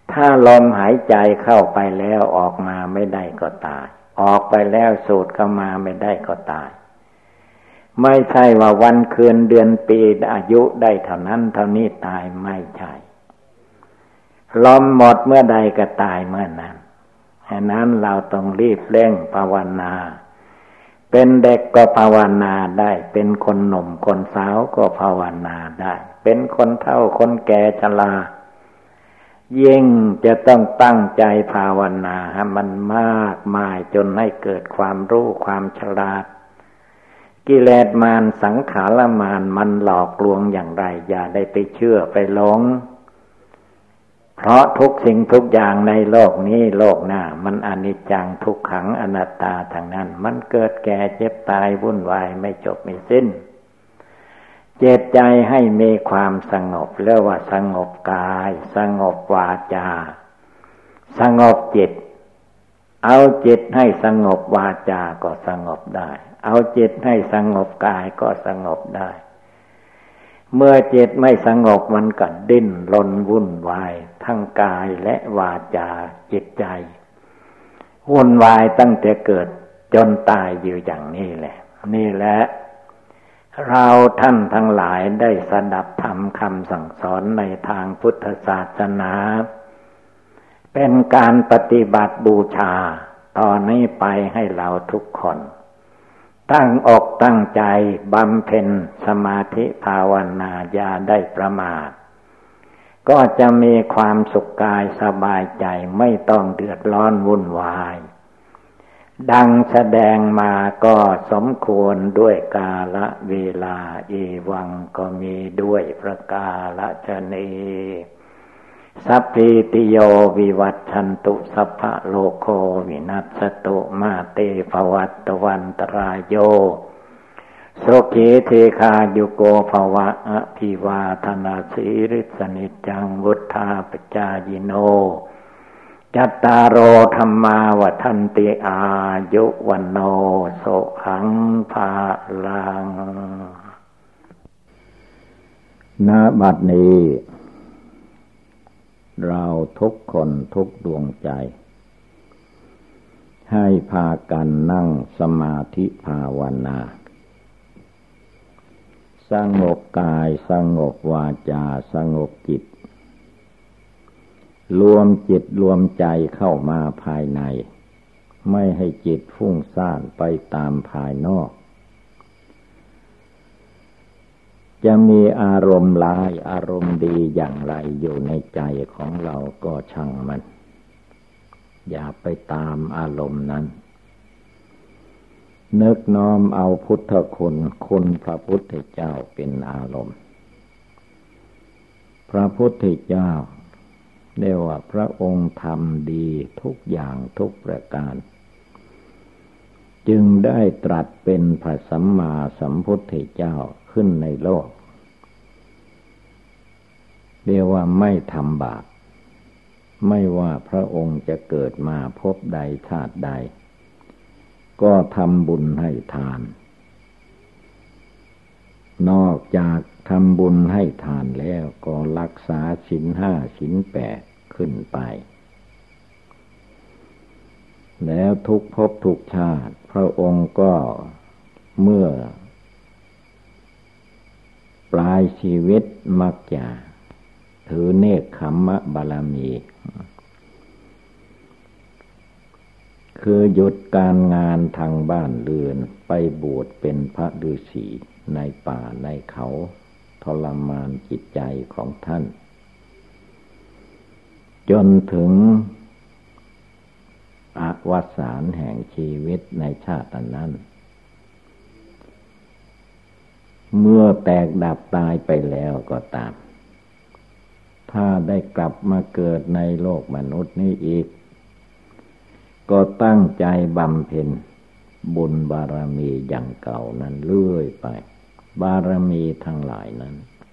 ถ้าลมหายใจเข้าไปแล้วออกมาไม่ได้ก็ตายออกไปแล้วสูดเข้ามาไม่ได้ก็ตายไม่ใช่ว่าวันคืนเดือนปีอายุได้เท่านั้นเท่านี้ตายไม่ใช่ลมหมดเมื่อใดก็ตายเมื่อนั้นฉะนั้นเราต้องรีบเร่งภาวนาเป็นเด็กก็ภาวนาได้เป็นคนหนุ่มคนสาวก็ภาวนาได้เป็นคนเฒ่าคนแก่ชรายิ่งจะต้องตั้งใจภาวนาให้มันมากมายจนให้เกิดความรู้ความฉลาดกิเลสมารสังขารมารมันหลอกลวงอย่างไรอย่าได้ไปเชื่อไปหลงเพราะทุกสิ่งทุกอย่างในโลกนี้โลกหน้ามันอนิจจังทุกขังอนัตตาทั้งนั้นมันเกิดแก่เจ็บตายวุ่นวายไม่จบไม่สิ้นเจตใจให้มีความสงบเรียกว่าสงบกายสงบวาจาสงบจิตเอาจิตให้สงบวาจาก็สงบได้เอาจิตให้สงบกายก็สงบได้เมื่อจิตไม่สงบมันก็ดิ้นรนวุ่นวายทั้งกายและวาจาจิตใจวุ่นวายตั้งแต่เกิดจนตายอยู่อย่างนี้แหละนี่แหละเราท่านทั้งหลายได้สดับธรรมคำสั่งสอนในทางพุทธศาสนาเป็นการปฏิบัติบูชาตอนนี้ไปให้เราทุกคนตั้งอกตั้งใจบำเพ็ญสมาธิภาวนาอย่าได้ประมาทก็จะมีความสุขกายสบายใจไม่ต้องเดือดร้อนวุ่นวายดังแสดงมาก็สมควรด้วยกาลเวลาอีวังก็มีด้วยประกาศนีสัพพิติโยวิวัตชันตุสัพพะโลกโควินัสตุมาเตภวัตวันตรายโยโสขีเทคายุโกภวะอภิวาทนาสีริสนิจังวุธาปจายิโนจัตตารโอธรรมาวัฏันติอายุวันโนสุขังภาลังณบัดนี้เราทุกคนทุกดวงใจให้พากันนั่งสมาธิภาวนาสงบกายสงบวาจาสงบจิตรวมจิตรวมใจเข้ามาภายในไม่ให้จิตฟุ้งซ่านไปตามภายนอกจะมีอารมณ์ร้ายอารมณ์ดีอย่างไรอยู่ในใจของเราก็ช่างมันอย่าไปตามอารมณ์นั้นนึกน้อมเอาพุทธคุณคุณพระพุทธเจ้าเป็นอารมณ์พระพุทธเจ้าเรียกว่าพระองค์ทำดีทุกอย่างทุกประการจึงได้ตรัสเป็นพระสัมมาสัมพุทธเจ้าขึ้นในโลกเรียกว่าไม่ทำบาปไม่ว่าพระองค์จะเกิดมาพบใดชาติใดก็ทำบุญให้ทานนอกจากทำบุญให้ทานแล้วก็รักษาศีลห้าศีลแปดขึ้นไปแล้วทุกภพทุกชาติพระองค์ก็เมื่อปลายชีวิตมักจะถือเนกขัมมะบารมีคือหยุดการงานทางบ้านเรือนไปบวชเป็นพระฤาษีในป่าในเขาทรมานจิตใจของท่านจนถึงอวสานแห่งชีวิตในชาตินั้นเมื่อแตกดับตายไปแล้วก็ตามถ้าได้กลับมาเกิดในโลกมนุษย์นี้อีกก็ตั้งใจบำเพ็ญบุญบารมีอย่างเก่านั้นเรื่อยไปบารมีทั้งหลายนั้น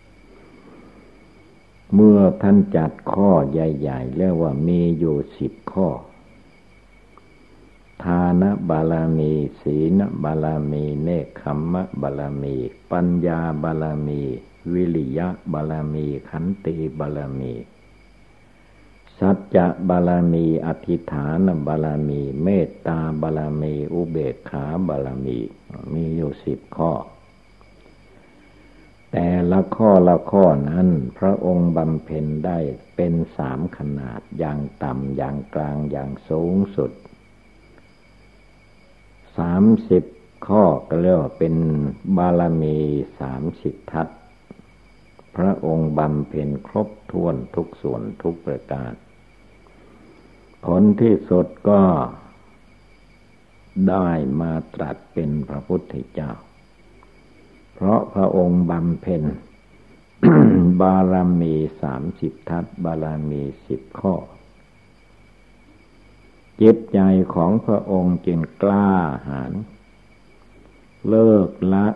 เมื่อท่านจัดข้อใหญ่ๆเรียกว่ามีอยู่สิบข้อทานบารมีศีลบารมีเนกขัมมะบารมีปัญญาบารมีวิริยะบารมีขันติบารมีสสัจจะบารมีอธิษฐานบารมีเมตตาบารมีอุเบกขาบารมีมีอยู่สิบข้อแต่ละข้อละข้อนั้นพระองค์บำเพ็ญได้เป็นสามขนาดอย่างต่ำอย่างกลางอย่างสูงสุดสามสิบข้อก็เรียกว่าเป็นบารมีสามสิบทัศพระองค์บำเพ็ญครบถ้วนทุกส่วนทุกประการผลที่สุดก็ได้มาตรัสเป็นพระพุทธเจ้าเพราะพระองค์บำเพ็ญ บารมีสามสิบทัศบารมีสิบข้อจิตใจของพระองค์จึงกล้าหาญเลิกละ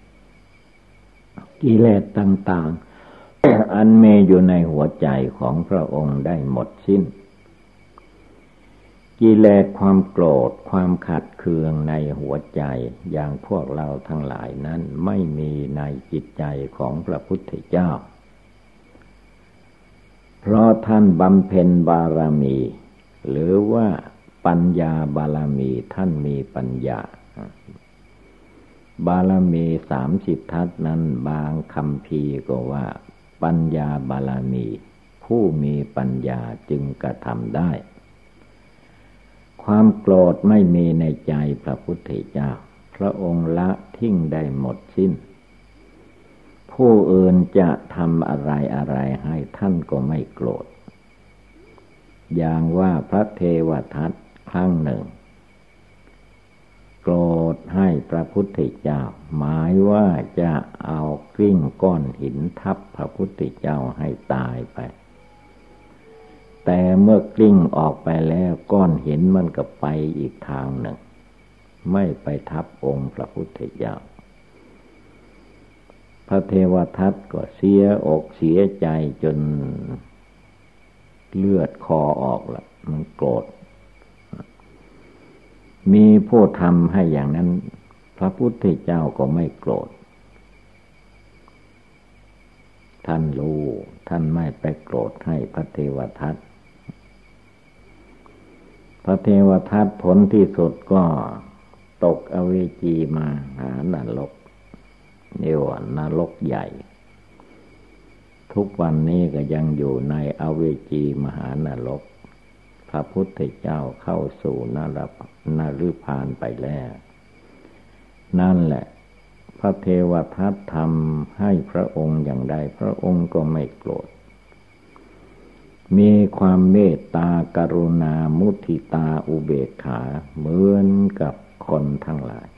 กิเลสต่างๆ อันมีอยู่ในหัวใจของพระองค์ได้หมดสิ้นกิเลสความโกรธความขัดเคืองในหัวใจอย่างพวกเราทั้งหลายนั้นไม่มีในจิตใจของพระพุทธเจ้าเพราะท่านบำเพ็ญบารมีหรือว่าปัญญาบารมีท่านมีปัญญาบารมีสามสิบทัศนั้นบางคัมภีร์ก็ว่าปัญญาบารมีผู้มีปัญญาจึงกระทำได้ความโกรธไม่มีในใจพระพุทธเจ้าพระองค์ละทิ้งได้หมดสิ้นผู้อื่นจะทำอะไรอะไรให้ท่านก็ไม่โกรธอย่างว่าพระเทวทัตครั้งหนึ่งโกรธให้พระพุทธเจ้าหมายว่าจะเอากลิ้งก้อนหินทับพระพุทธเจ้าให้ตายไปแต่เมื่อกลิ้งออกไปแล้วก้อนหินมันก็ไปอีกทางหนึ่งไม่ไปทับองค์พระพุทธเจ้าพระเทวทัตก็เสียอกเสียใจจนเลือดคอออกละมันโกรธมีผู้ทำให้อย่างนั้นพระพุทธเจ้าก็ไม่โกรธท่านรู้ท่านไม่ไปโกรธให้พระเทวทัตพระเทวทัตผลที่สุดก็ตกอเวจีมาหานรกเรียกว่านรกใหญ่ทุกวันนี้ก็ยังอยู่ในอเวจีมหานรกพระพุทธเจ้าเข้าสู่นรกนฤพานไปแล้วนั่นแหละพระเทวทัตทำให้พระองค์อย่างใดพระองค์ก็ไม่โกรธมีความเมตตากรุณามุทิตาอุเบกขาเหมือนกับคนทั้งหลาย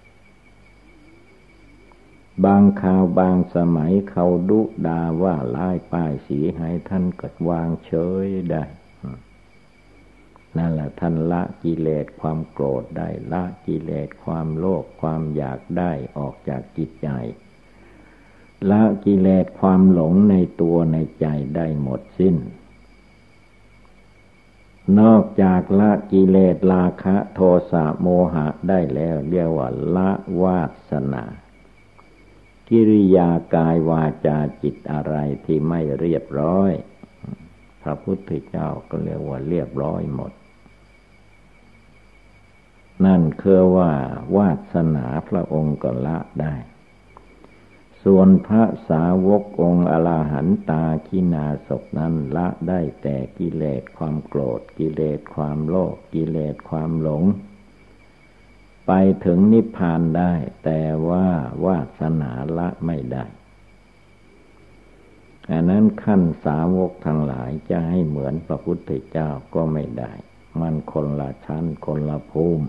บางคราวบางสมัยเขาดุด่าว่าร้ายป้ายสีให้ท่านก็วางเฉยได้นั่นแหละท่านละกิเลสความโกรธได้ละกิเลสความโลภความอยากได้ออกจากจิตใจละกิเลสความหลงในตัวในใจได้หมดสิ้นนอกจากละกิเลสราคะโทสะโมหะได้แล้วเรียกว่าละวาสนากิริยากายวาจาจิตอะไรที่ไม่เรียบร้อยพระพุทธเจ้าก็เรียกว่าเรียบร้อยหมดนั่นคือว่าวาสนาพระองค์ก็ละได้ส่วนพระสาวกองค์อรหันตาคินาศพนั้นละได้แต่กิเลสความโกรธกิเลสความโลภกิเลสความหลงไปถึงนิพพานได้แต่ว่าวาสนาละไม่ได้อันนั้นขั้นสาวกทั้งหลายจะให้เหมือนพระพุทธเจ้าก็ไม่ได้มันคนละชั้นคนละภูมิ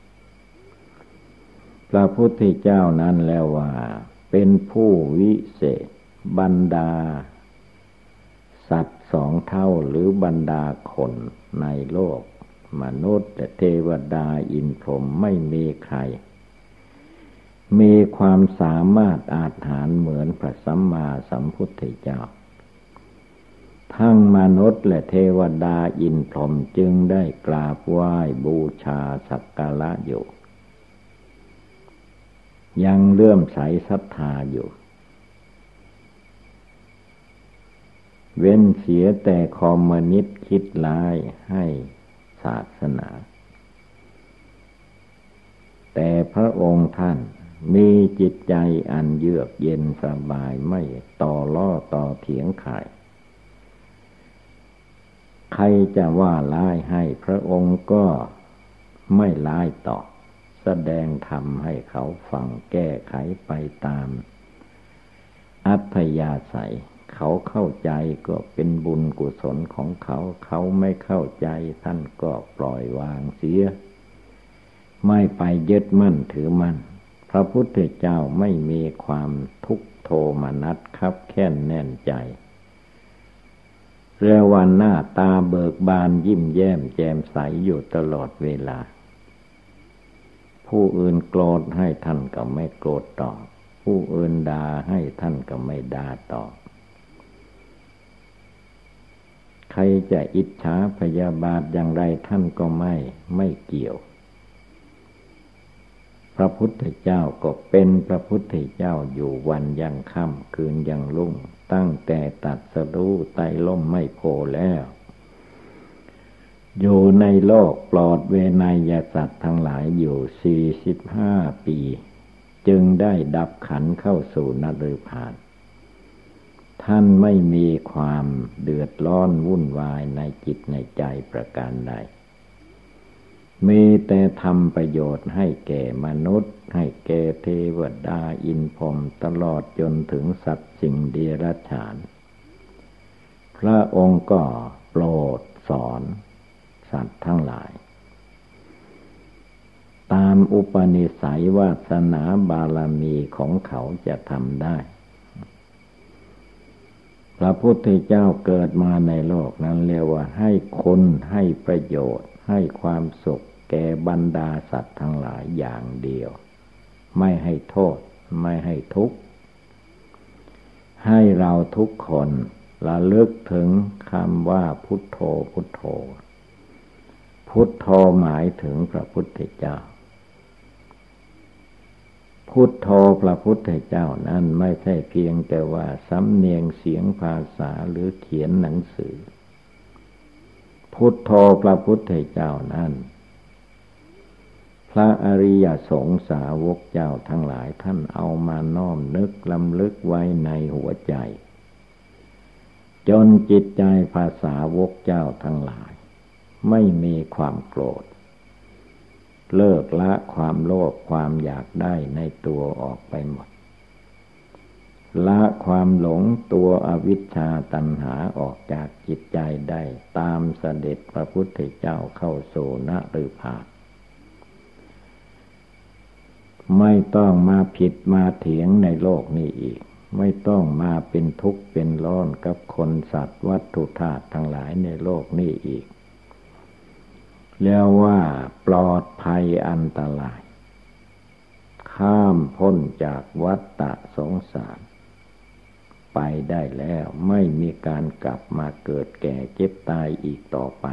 พระพุทธเจ้านั้นแล้วว่าเป็นผู้วิเศษบรรดาสัตว์สองเท่าหรือบรรดาคนในโลกมนุษย์และเทวดาอินทร์พรหมไม่มีใครมีความสามารถอาจหาญเหมือนพระสัมมาสัมพุทธเจ้าทั้งมนุษย์และเทวดาอินทร์พรหมจึงได้กราบไหว้บูชาสักการะอยู่ยังเลื่อมใสศรัทธาอยู่เว้นเสียแต่คอมมิวนิสต์คิดร้ายให้ศาสนาแต่พระองค์ท่านมีจิตใจอันเยือกเย็นสบายไม่ต่อล้อต่อเถียงใครใครจะว่าร้ายให้พระองค์ก็ไม่ร้ายตอบแสดงธรรมให้เขาฟังแก้ไขไปตามอัธยาศัยเขาเข้าใจก็เป็นบุญกุศลของเขาเขาไม่เข้าใจท่านก็ปล่อยวางเสียไม่ไปยึดมั่นถือมั่นพระพุทธเจ้าไม่มีความทุกข์โทมนัสคับแค้นแน่นใจเรียกว่าหน้าตาเบิกบานยิ้มแย้มแจ่มใสอยู่ตลอดเวลาผู้อื่นโกรธให้ท่านก็ไม่โกรธตอบผู้อื่นด่าให้ท่านก็ไม่ด่าตอบใครจะอิจฉาพยาบาทอย่างไรท่านก็ไม่ไม่เกี่ยวพระพุทธเจ้าก็เป็นพระพุทธเจ้าอยู่วันยังค่ำคืนยังรุ่งตั้งแต่ตรัสรู้ไต่ล่มไม่โพแล้วอยู่ในโลกปลอดเวไนยสัตว์ทั้งหลายอยู่สี่สิบห้าปีจึงได้ดับขันธ์เข้าสู่นฤพาน ท่านไม่มีความเดือดร้อนวุ่นวายในจิตในใจประการใดมีแต่ทำประโยชน์ให้แก่มนุษย์ให้แก่เทวดาอินทร์พรหมตลอดจนถึงสัตว์สิ่งเดรัจฉานพระองค์ก็โปรดสอนสัตว์ทั้งหลายตามอุปนิสัยวาสนาบารมีของเขาจะทำได้พระพุทธเจ้าเกิดมาในโลกนั้นเรียกว่าให้คุณให้ประโยชน์ให้ความสุขแก่บรรดาสัตว์ทั้งหลายอย่างเดียวไม่ให้โทษไม่ให้ทุกข์ให้เราทุกคนระลึกถึงคำว่าพุทโธพุทโธพุทโธหมายถึงพระพุทธเจ้าพุทโธพระพุทธเจ้านั้นไม่ใช่เพียงแต่ว่าสำเนียงเสียงภาษาหรือเขียนหนังสือพุทโธพระพุทธเจ้านั้นพระอริยสงฆ์สาวกเจ้าทั้งหลายท่านเอามาน้อมนึกลำลึกไว้ในหัวใจจนจิตใจภาษาวกเจ้าทั้งหลายไม่มีความโกรธเลิกละความโลภความอยากได้ในตัวออกไปหมดละความหลงตัวอวิชชาตัณหาออกจากจิตใจได้ตามเสด็จพระพุทธเจ้าเข้าสู่นฤพานไม่ต้องมาผิดมาเถียงในโลกนี้อีกไม่ต้องมาเป็นทุกข์เป็นร้อนกับคนสัตว์วัตถุธาตุทั้งหลายในโลกนี้อีกเรียกว่าปลอดภัยอันตรายข้ามพ้นจากวัฏฏะสงสารไปได้แล้วไม่มีการกลับมาเกิดแก่เจ็บตายอีกต่อไป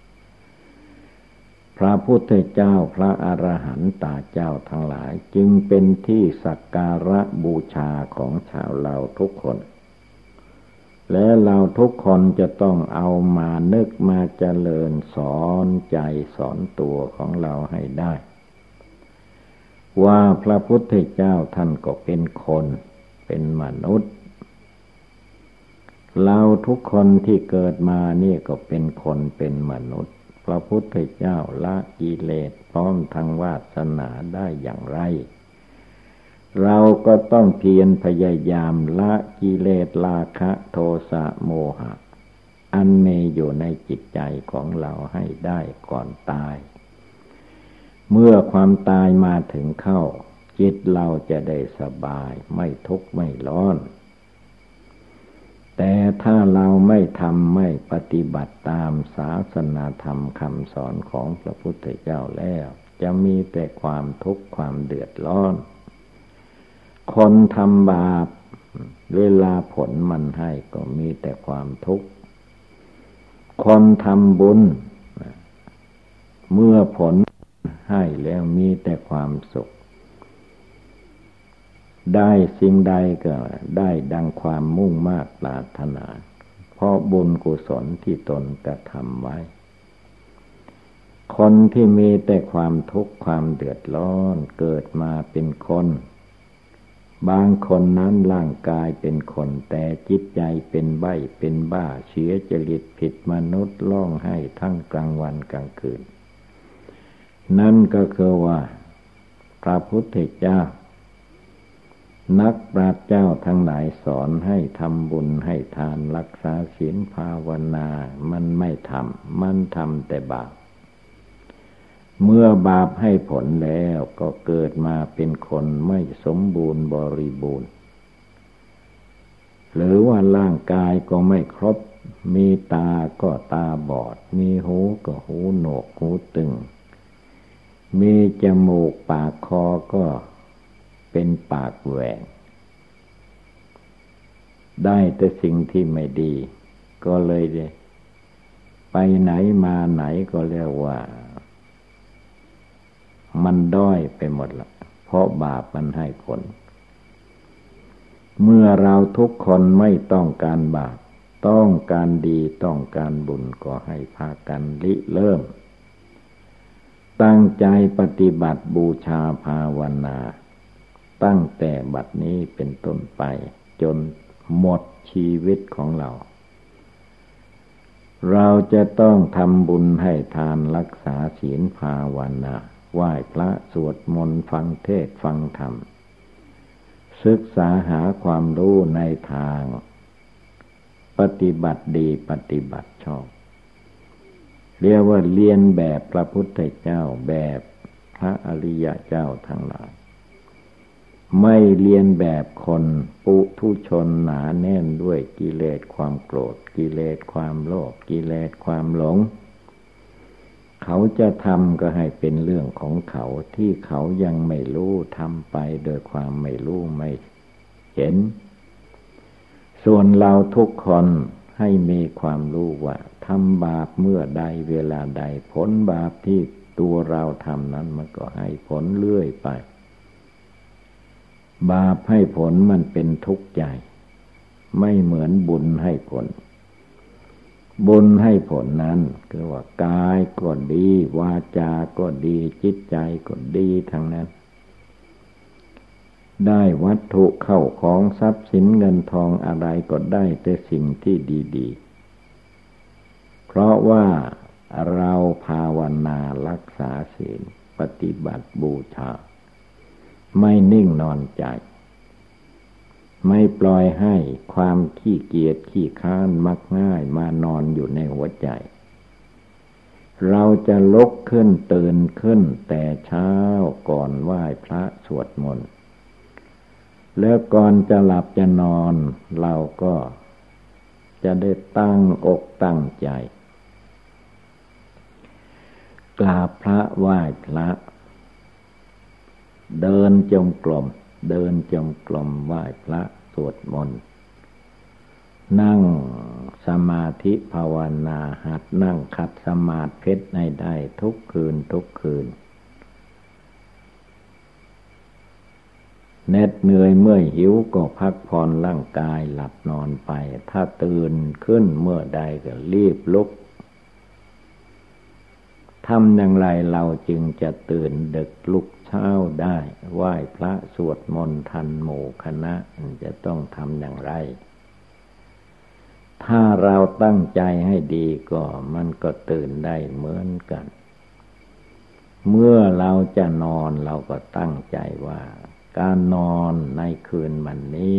พระพุทธเจ้าพระอรหันตเจ้าทั้งหลายจึงเป็นที่สักการะบูชาของชาวเราทุกคนและเราทุกคนจะต้องเอามานึกมาเจริญสอนใจสอนตัวของเราให้ได้ว่าพระพุทธเจ้าท่านก็เป็นคนเป็นมนุษย์เราทุกคนที่เกิดมานี่ก็เป็นคนเป็นมนุษย์พระพุทธเจ้าละกิเลสพร้อมทั้งวาสนาได้อย่างไรเราก็ต้องเพียรพยายามละกิเลสราคะโทสะโมหะอันมีอยู่ในจิตใจของเราให้ได้ก่อนตายเมื่อความตายมาถึงเข้าจิตเราจะได้สบายไม่ทุกข์ไม่ร้อนแต่ถ้าเราไม่ทำไม่ปฏิบัติตามศาสนาธรรมคำสอนของพระพุทธเจ้าแล้วจะมีแต่ความทุกข์ความเดือดร้อนคนทำบาปเวลาผลมันให้ก็มีแต่ความทุกข์คนทำบุญเมื่อผลให้แล้วมีแต่ความสุขได้สิ่งใดก็ได้ดังความมุ่งมากปรารถนาพราะบุญกุศลที่ตนกระทำไว้คนที่มีแต่ความทุกข์ความเดือดร้อนเกิดมาเป็นคนบางคนนั้นร่างกายเป็นคนแต่จิตใจเป็นใบ้เป็นบ้าเสียจริตผิดมนุษย์ร้องไห้ทั้งกลางวันกลางคืนนั่นก็คือว่าพระพุทธเจ้านักปราชญ์เจ้าทั้งหลายสอนให้ทำบุญให้ทานรักษาศีลภาวนามันไม่ทำมันทำแต่บาปเมื่อบาปให้ผลแล้วก็เกิดมาเป็นคนไม่สมบูรณ์บริบูรณ์หรือว่าร่างกายก็ไม่ครบมีตาก็ตาบอดมีหูก็หูหนวกหูตึงมีจมูกปากคอก็เป็นปากแหว่งได้แต่สิ่งที่ไม่ดีก็เลยไปไหนมาไหนก็เรียกว่ามันด้อยไปหมดละเพราะบาปมันให้ผลเมื่อเราทุกคนไม่ต้องการบาปต้องการดีต้องการบุญก็ให้พากันริเริ่มตั้งใจปฏิบัติบูชาภาวนาตั้งแต่บัดนี้เป็นต้นไปจนหมดชีวิตของเราเราจะต้องทำบุญให้ทานรักษาศีลภาวนาไหว้พระสวดมนต์ฟังเทศน์ฟังธรรมศึกษาหาความรู้ในทางปฏิบัติดีปฏิบัติชอบเรียกว่าเรียนแบบพระพุทธเจ้าแบบพระอริยเจ้าทั้งหลายไม่เรียนแบบคนปุถุชนหนาแน่นด้วยกิเลสความโกรธกิเลสความโลภกิเลสความหลงเขาจะทำก็ให้เป็นเรื่องของเขาที่เขายังไม่รู้ทำไปโดยความไม่รู้ไม่เห็นส่วนเราทุกคนให้มีความรู้ว่าทำบาปเมื่อใดเวลาใดผลบาปที่ตัวเราทำนั้นมันก็ให้ผลเรื่อยไปบาปให้ผลมันเป็นทุกข์ใจไม่เหมือนบุญให้ผลบุญให้ผลนั้นคือว่ากายก็ดีวาจาก็ดีจิตใจก็ดีทั้งนั้นได้วัตถุเข้าของทรัพย์สินเงินทองอะไรก็ได้แต่สิ่งที่ดีๆเพราะว่าเราภาวนารักษาศีลปฏิบัติบูชาไม่นิ่งนอนใจไม่ปล่อยให้ความขี้เกียจขี้ค้านมักง่ายมานอนอยู่ในหัวใจเราจะลุกขึ้นตื่นขึ้นแต่เช้าก่อนไหว้พระสวดมนต์แล้วก่อนจะหลับจะนอนเราก็จะได้ตั้งอกตั้งใจกราบพระไหว้พระเดินจงกรมเดินจงกรมไหว้พระสวดมนต์นั่งสมาธิภาวนาหัดนั่งขัดสมาธิให้ได้ทุกคืนทุกคืนเหน็ดเหนื่อยเมื่อยหิวก็พักผ่อนร่างกายหลับนอนไปถ้าตื่นขึ้นเมื่อใดก็รีบลุกทำอย่างไรเราจึงจะตื่นดึกลุกเช้าได้ไหว้พระสวดมนต์ทันหมู่คณะจะต้องทำอย่างไรถ้าเราตั้งใจให้ดีก็มันก็ตื่นได้เหมือนกันเมื่อเราจะนอนเราก็ตั้งใจว่าการนอนในคืนวันนี้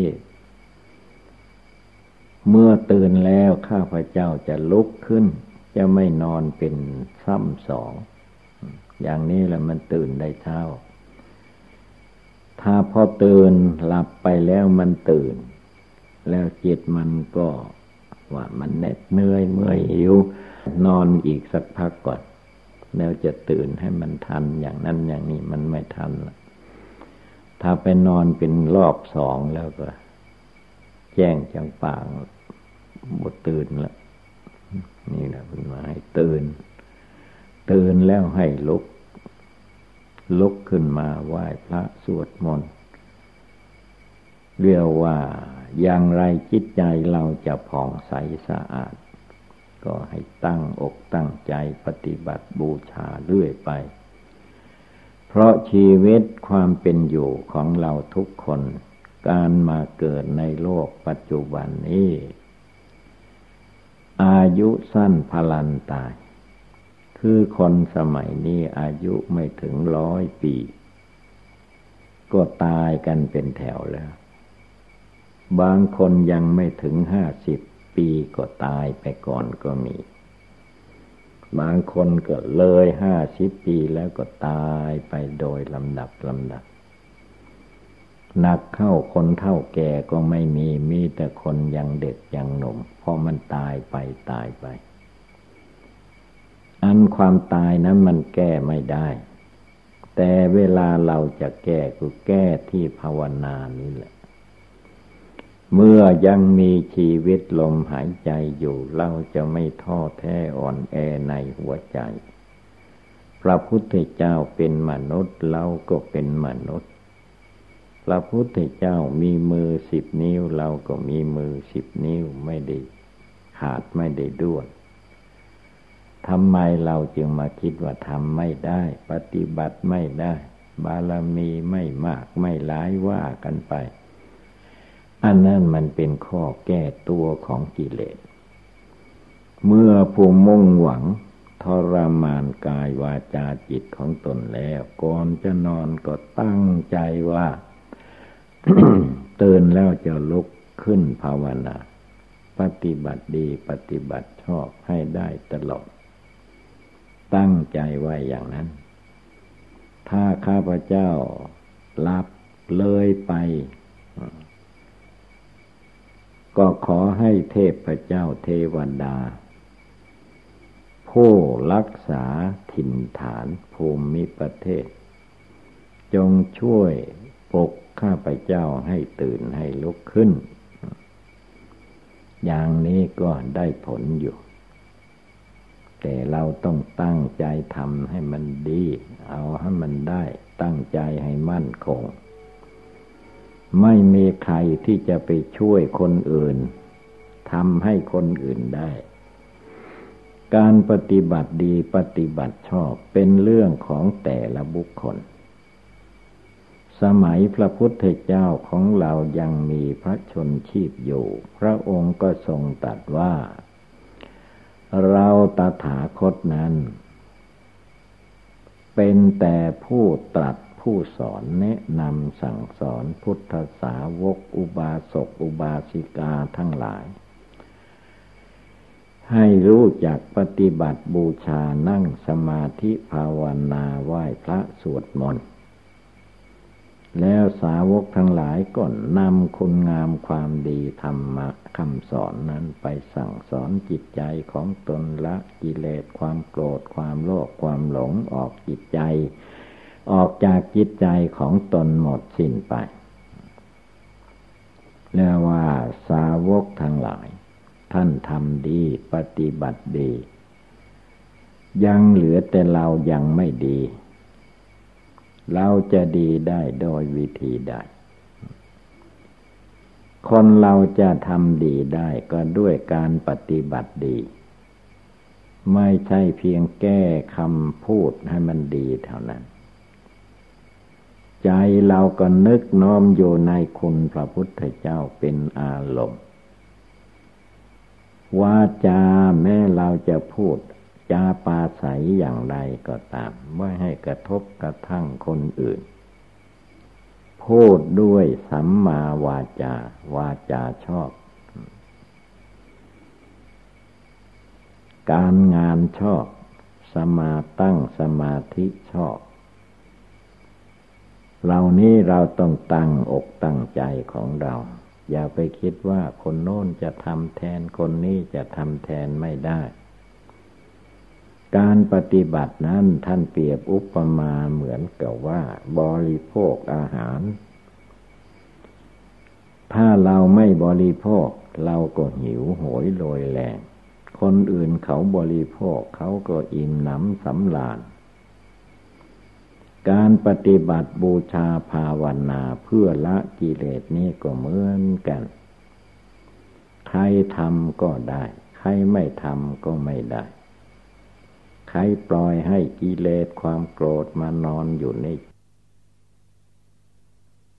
เมื่อตื่นแล้วข้าพเจ้าจะลุกขึ้นจะไม่นอนเป็นซ้ำสองอย่างนี้แหละมันตื่นได้เช้าถ้าพอตื่นหลับไปแล้วมันตื่นแล้วจิตมันก็ว่ามันเหน็ดเหนื่อยเมื่อยหิวนอนอีกสักพักก่อนแล้วจะตื่นให้มันทันอย่างนั้นอย่างนี้มันไม่ทันละถ้าไปนอนเป็นรอบสองแล้วก็แจ้งจังป่างหมดตื่นแล้วนี่แหละเป็นมาให้ตื่นตื่นแล้วให้ลุกลุกขึ้นมาไหว้พระสวดมนต์เรียกว่าอย่างไรจิตใจเราจะผ่องใสสะอาดก็ให้ตั้งอกตั้งใจปฏิบัติบูชาเรื่อยไปเพราะชีวิตความเป็นอยู่ของเราทุกคนการมาเกิดในโลกปัจจุบันนี้อายุสั้นพลันตายคือคนสมัยนี้อายุไม่ถึงร้อยปีก็ตายกันเป็นแถวแล้วบางคนยังไม่ถึงห้าสิบปีก็ตายไปก่อนก็มีบางคนก็เลยห้าสิบปีแล้วก็ตายไปโดยลำดับลำดับหนักเข้าคนเฒ่าแก่ก็ไม่มีมีแต่คนยังเด็กยังหนุ่มเพราะมันตายไปตายไปอันความตายนั้นมันแก้ไม่ได้แต่เวลาเราจะแก้ก็แก้ที่ภาวนานี่แหละเมื่อยังมีชีวิตลมหายใจอยู่เราจะไม่ท้อแท้อ่อนแอในหัวใจพระพุทธเจ้าเป็นมนุษย์เราก็เป็นมนุษย์พระพุทธเจ้ามีมือสิบนิ้วเราก็มีมือสิบนิ้วไม่ได้ขาดไม่ได้ด้วนทำไมเราจึงมาคิดว่าทำไม่ได้ปฏิบัติไม่ได้บารมีไม่มากไม่หลายว่ากันไปอันนั้นมันเป็นข้อแก้ตัวของกิเลสเมื่อผู้มุ่งหวังทรมานกายวาจาจิตของตนแล้วก่อนจะนอนก็ตั้งใจว่า ตื่นแล้วจะลุกขึ้นภาวนาปฏิบัติดีปฏิบัติชอบให้ได้ตลอดตั้งใจไว้อย่างนั้นถ้าข้าพเจ้าลับเลยไปก็ขอให้เทพเจ้าเทวดาผู้รักษาถิ่นฐานภูมิประเทศจงช่วยปลุกข้าพเจ้าให้ตื่นให้ลุกขึ้นอย่างนี้ก็ได้ผลอยู่แต่เราต้องตั้งใจทำให้มันดีเอาให้มันได้ตั้งใจให้มั่นคงไม่มีใครที่จะไปช่วยคนอื่นทำให้คนอื่นได้การปฏิบัติดีปฏิบัติชอบเป็นเรื่องของแต่ละบุคคลสมัยพระพุทธเจ้าของเรายังมีพระชนชีพอยู่พระองค์ก็ทรงตรัสว่าเราตถาคตนั้นเป็นแต่ผู้ตรัสผู้สอนแนะนำสั่งสอนพุทธสาวกอุบาสกอุบาสิกาทั้งหลายให้รู้จักปฏิบัติบูชานั่งสมาธิภาวนาไหว้พระสวดมนต์แล้วสาวกทั้งหลายก็นำคุณงามความดีธรรมะคำสอนนั้นไปสั่งสอนจิตใจของตนละกิเลสความโกรธความโลภความหลงออกจิตใจออกจากจิตใจของตนหมดสิ้นไปเรียกว่าสาวกทั้งหลายท่านทำดีปฏิบัติดียังเหลือแต่เรายังไม่ดีเราจะดีได้โดยวิธีใดคนเราจะทำดีได้ก็ด้วยการปฏิบัติดีไม่ใช่เพียงแก้คำพูดให้มันดีเท่านั้นใจเราก็นึกน้อมอยู่ในคุณพระพุทธเจ้าเป็นอารมณ์วาจาแม้เราจะพูดจาปาศัยอย่างใดก็ตามไม่ให้กระทบกระทั่งคนอื่นพูดด้วยสัมมาวาจาวาจาชอบการงานชอบสมาตั้งสมาธิชอบเหล่านี้เราต้องตั้งอกตั้งใจของเราอย่าไปคิดว่าคนโน้นจะทำแทนคนนี้จะทำแทนไม่ได้การปฏิบัตินั้นท่านเปรียบอุปมาเหมือนกับว่าบริโภคอาหารถ้าเราไม่บริโภคเราก็หิวโหยโรยแรงคนอื่นเขาบริโภคเขาก็อิ่มหนำสำราญการปฏิบัติบูชาภาวนาเพื่อละกิเลสนี้ก็เหมือนกันใครทำก็ได้ใครไม่ทำก็ไม่ได้ใครปล่อยให้กิเลสความโกรธมานอนอยู่ใน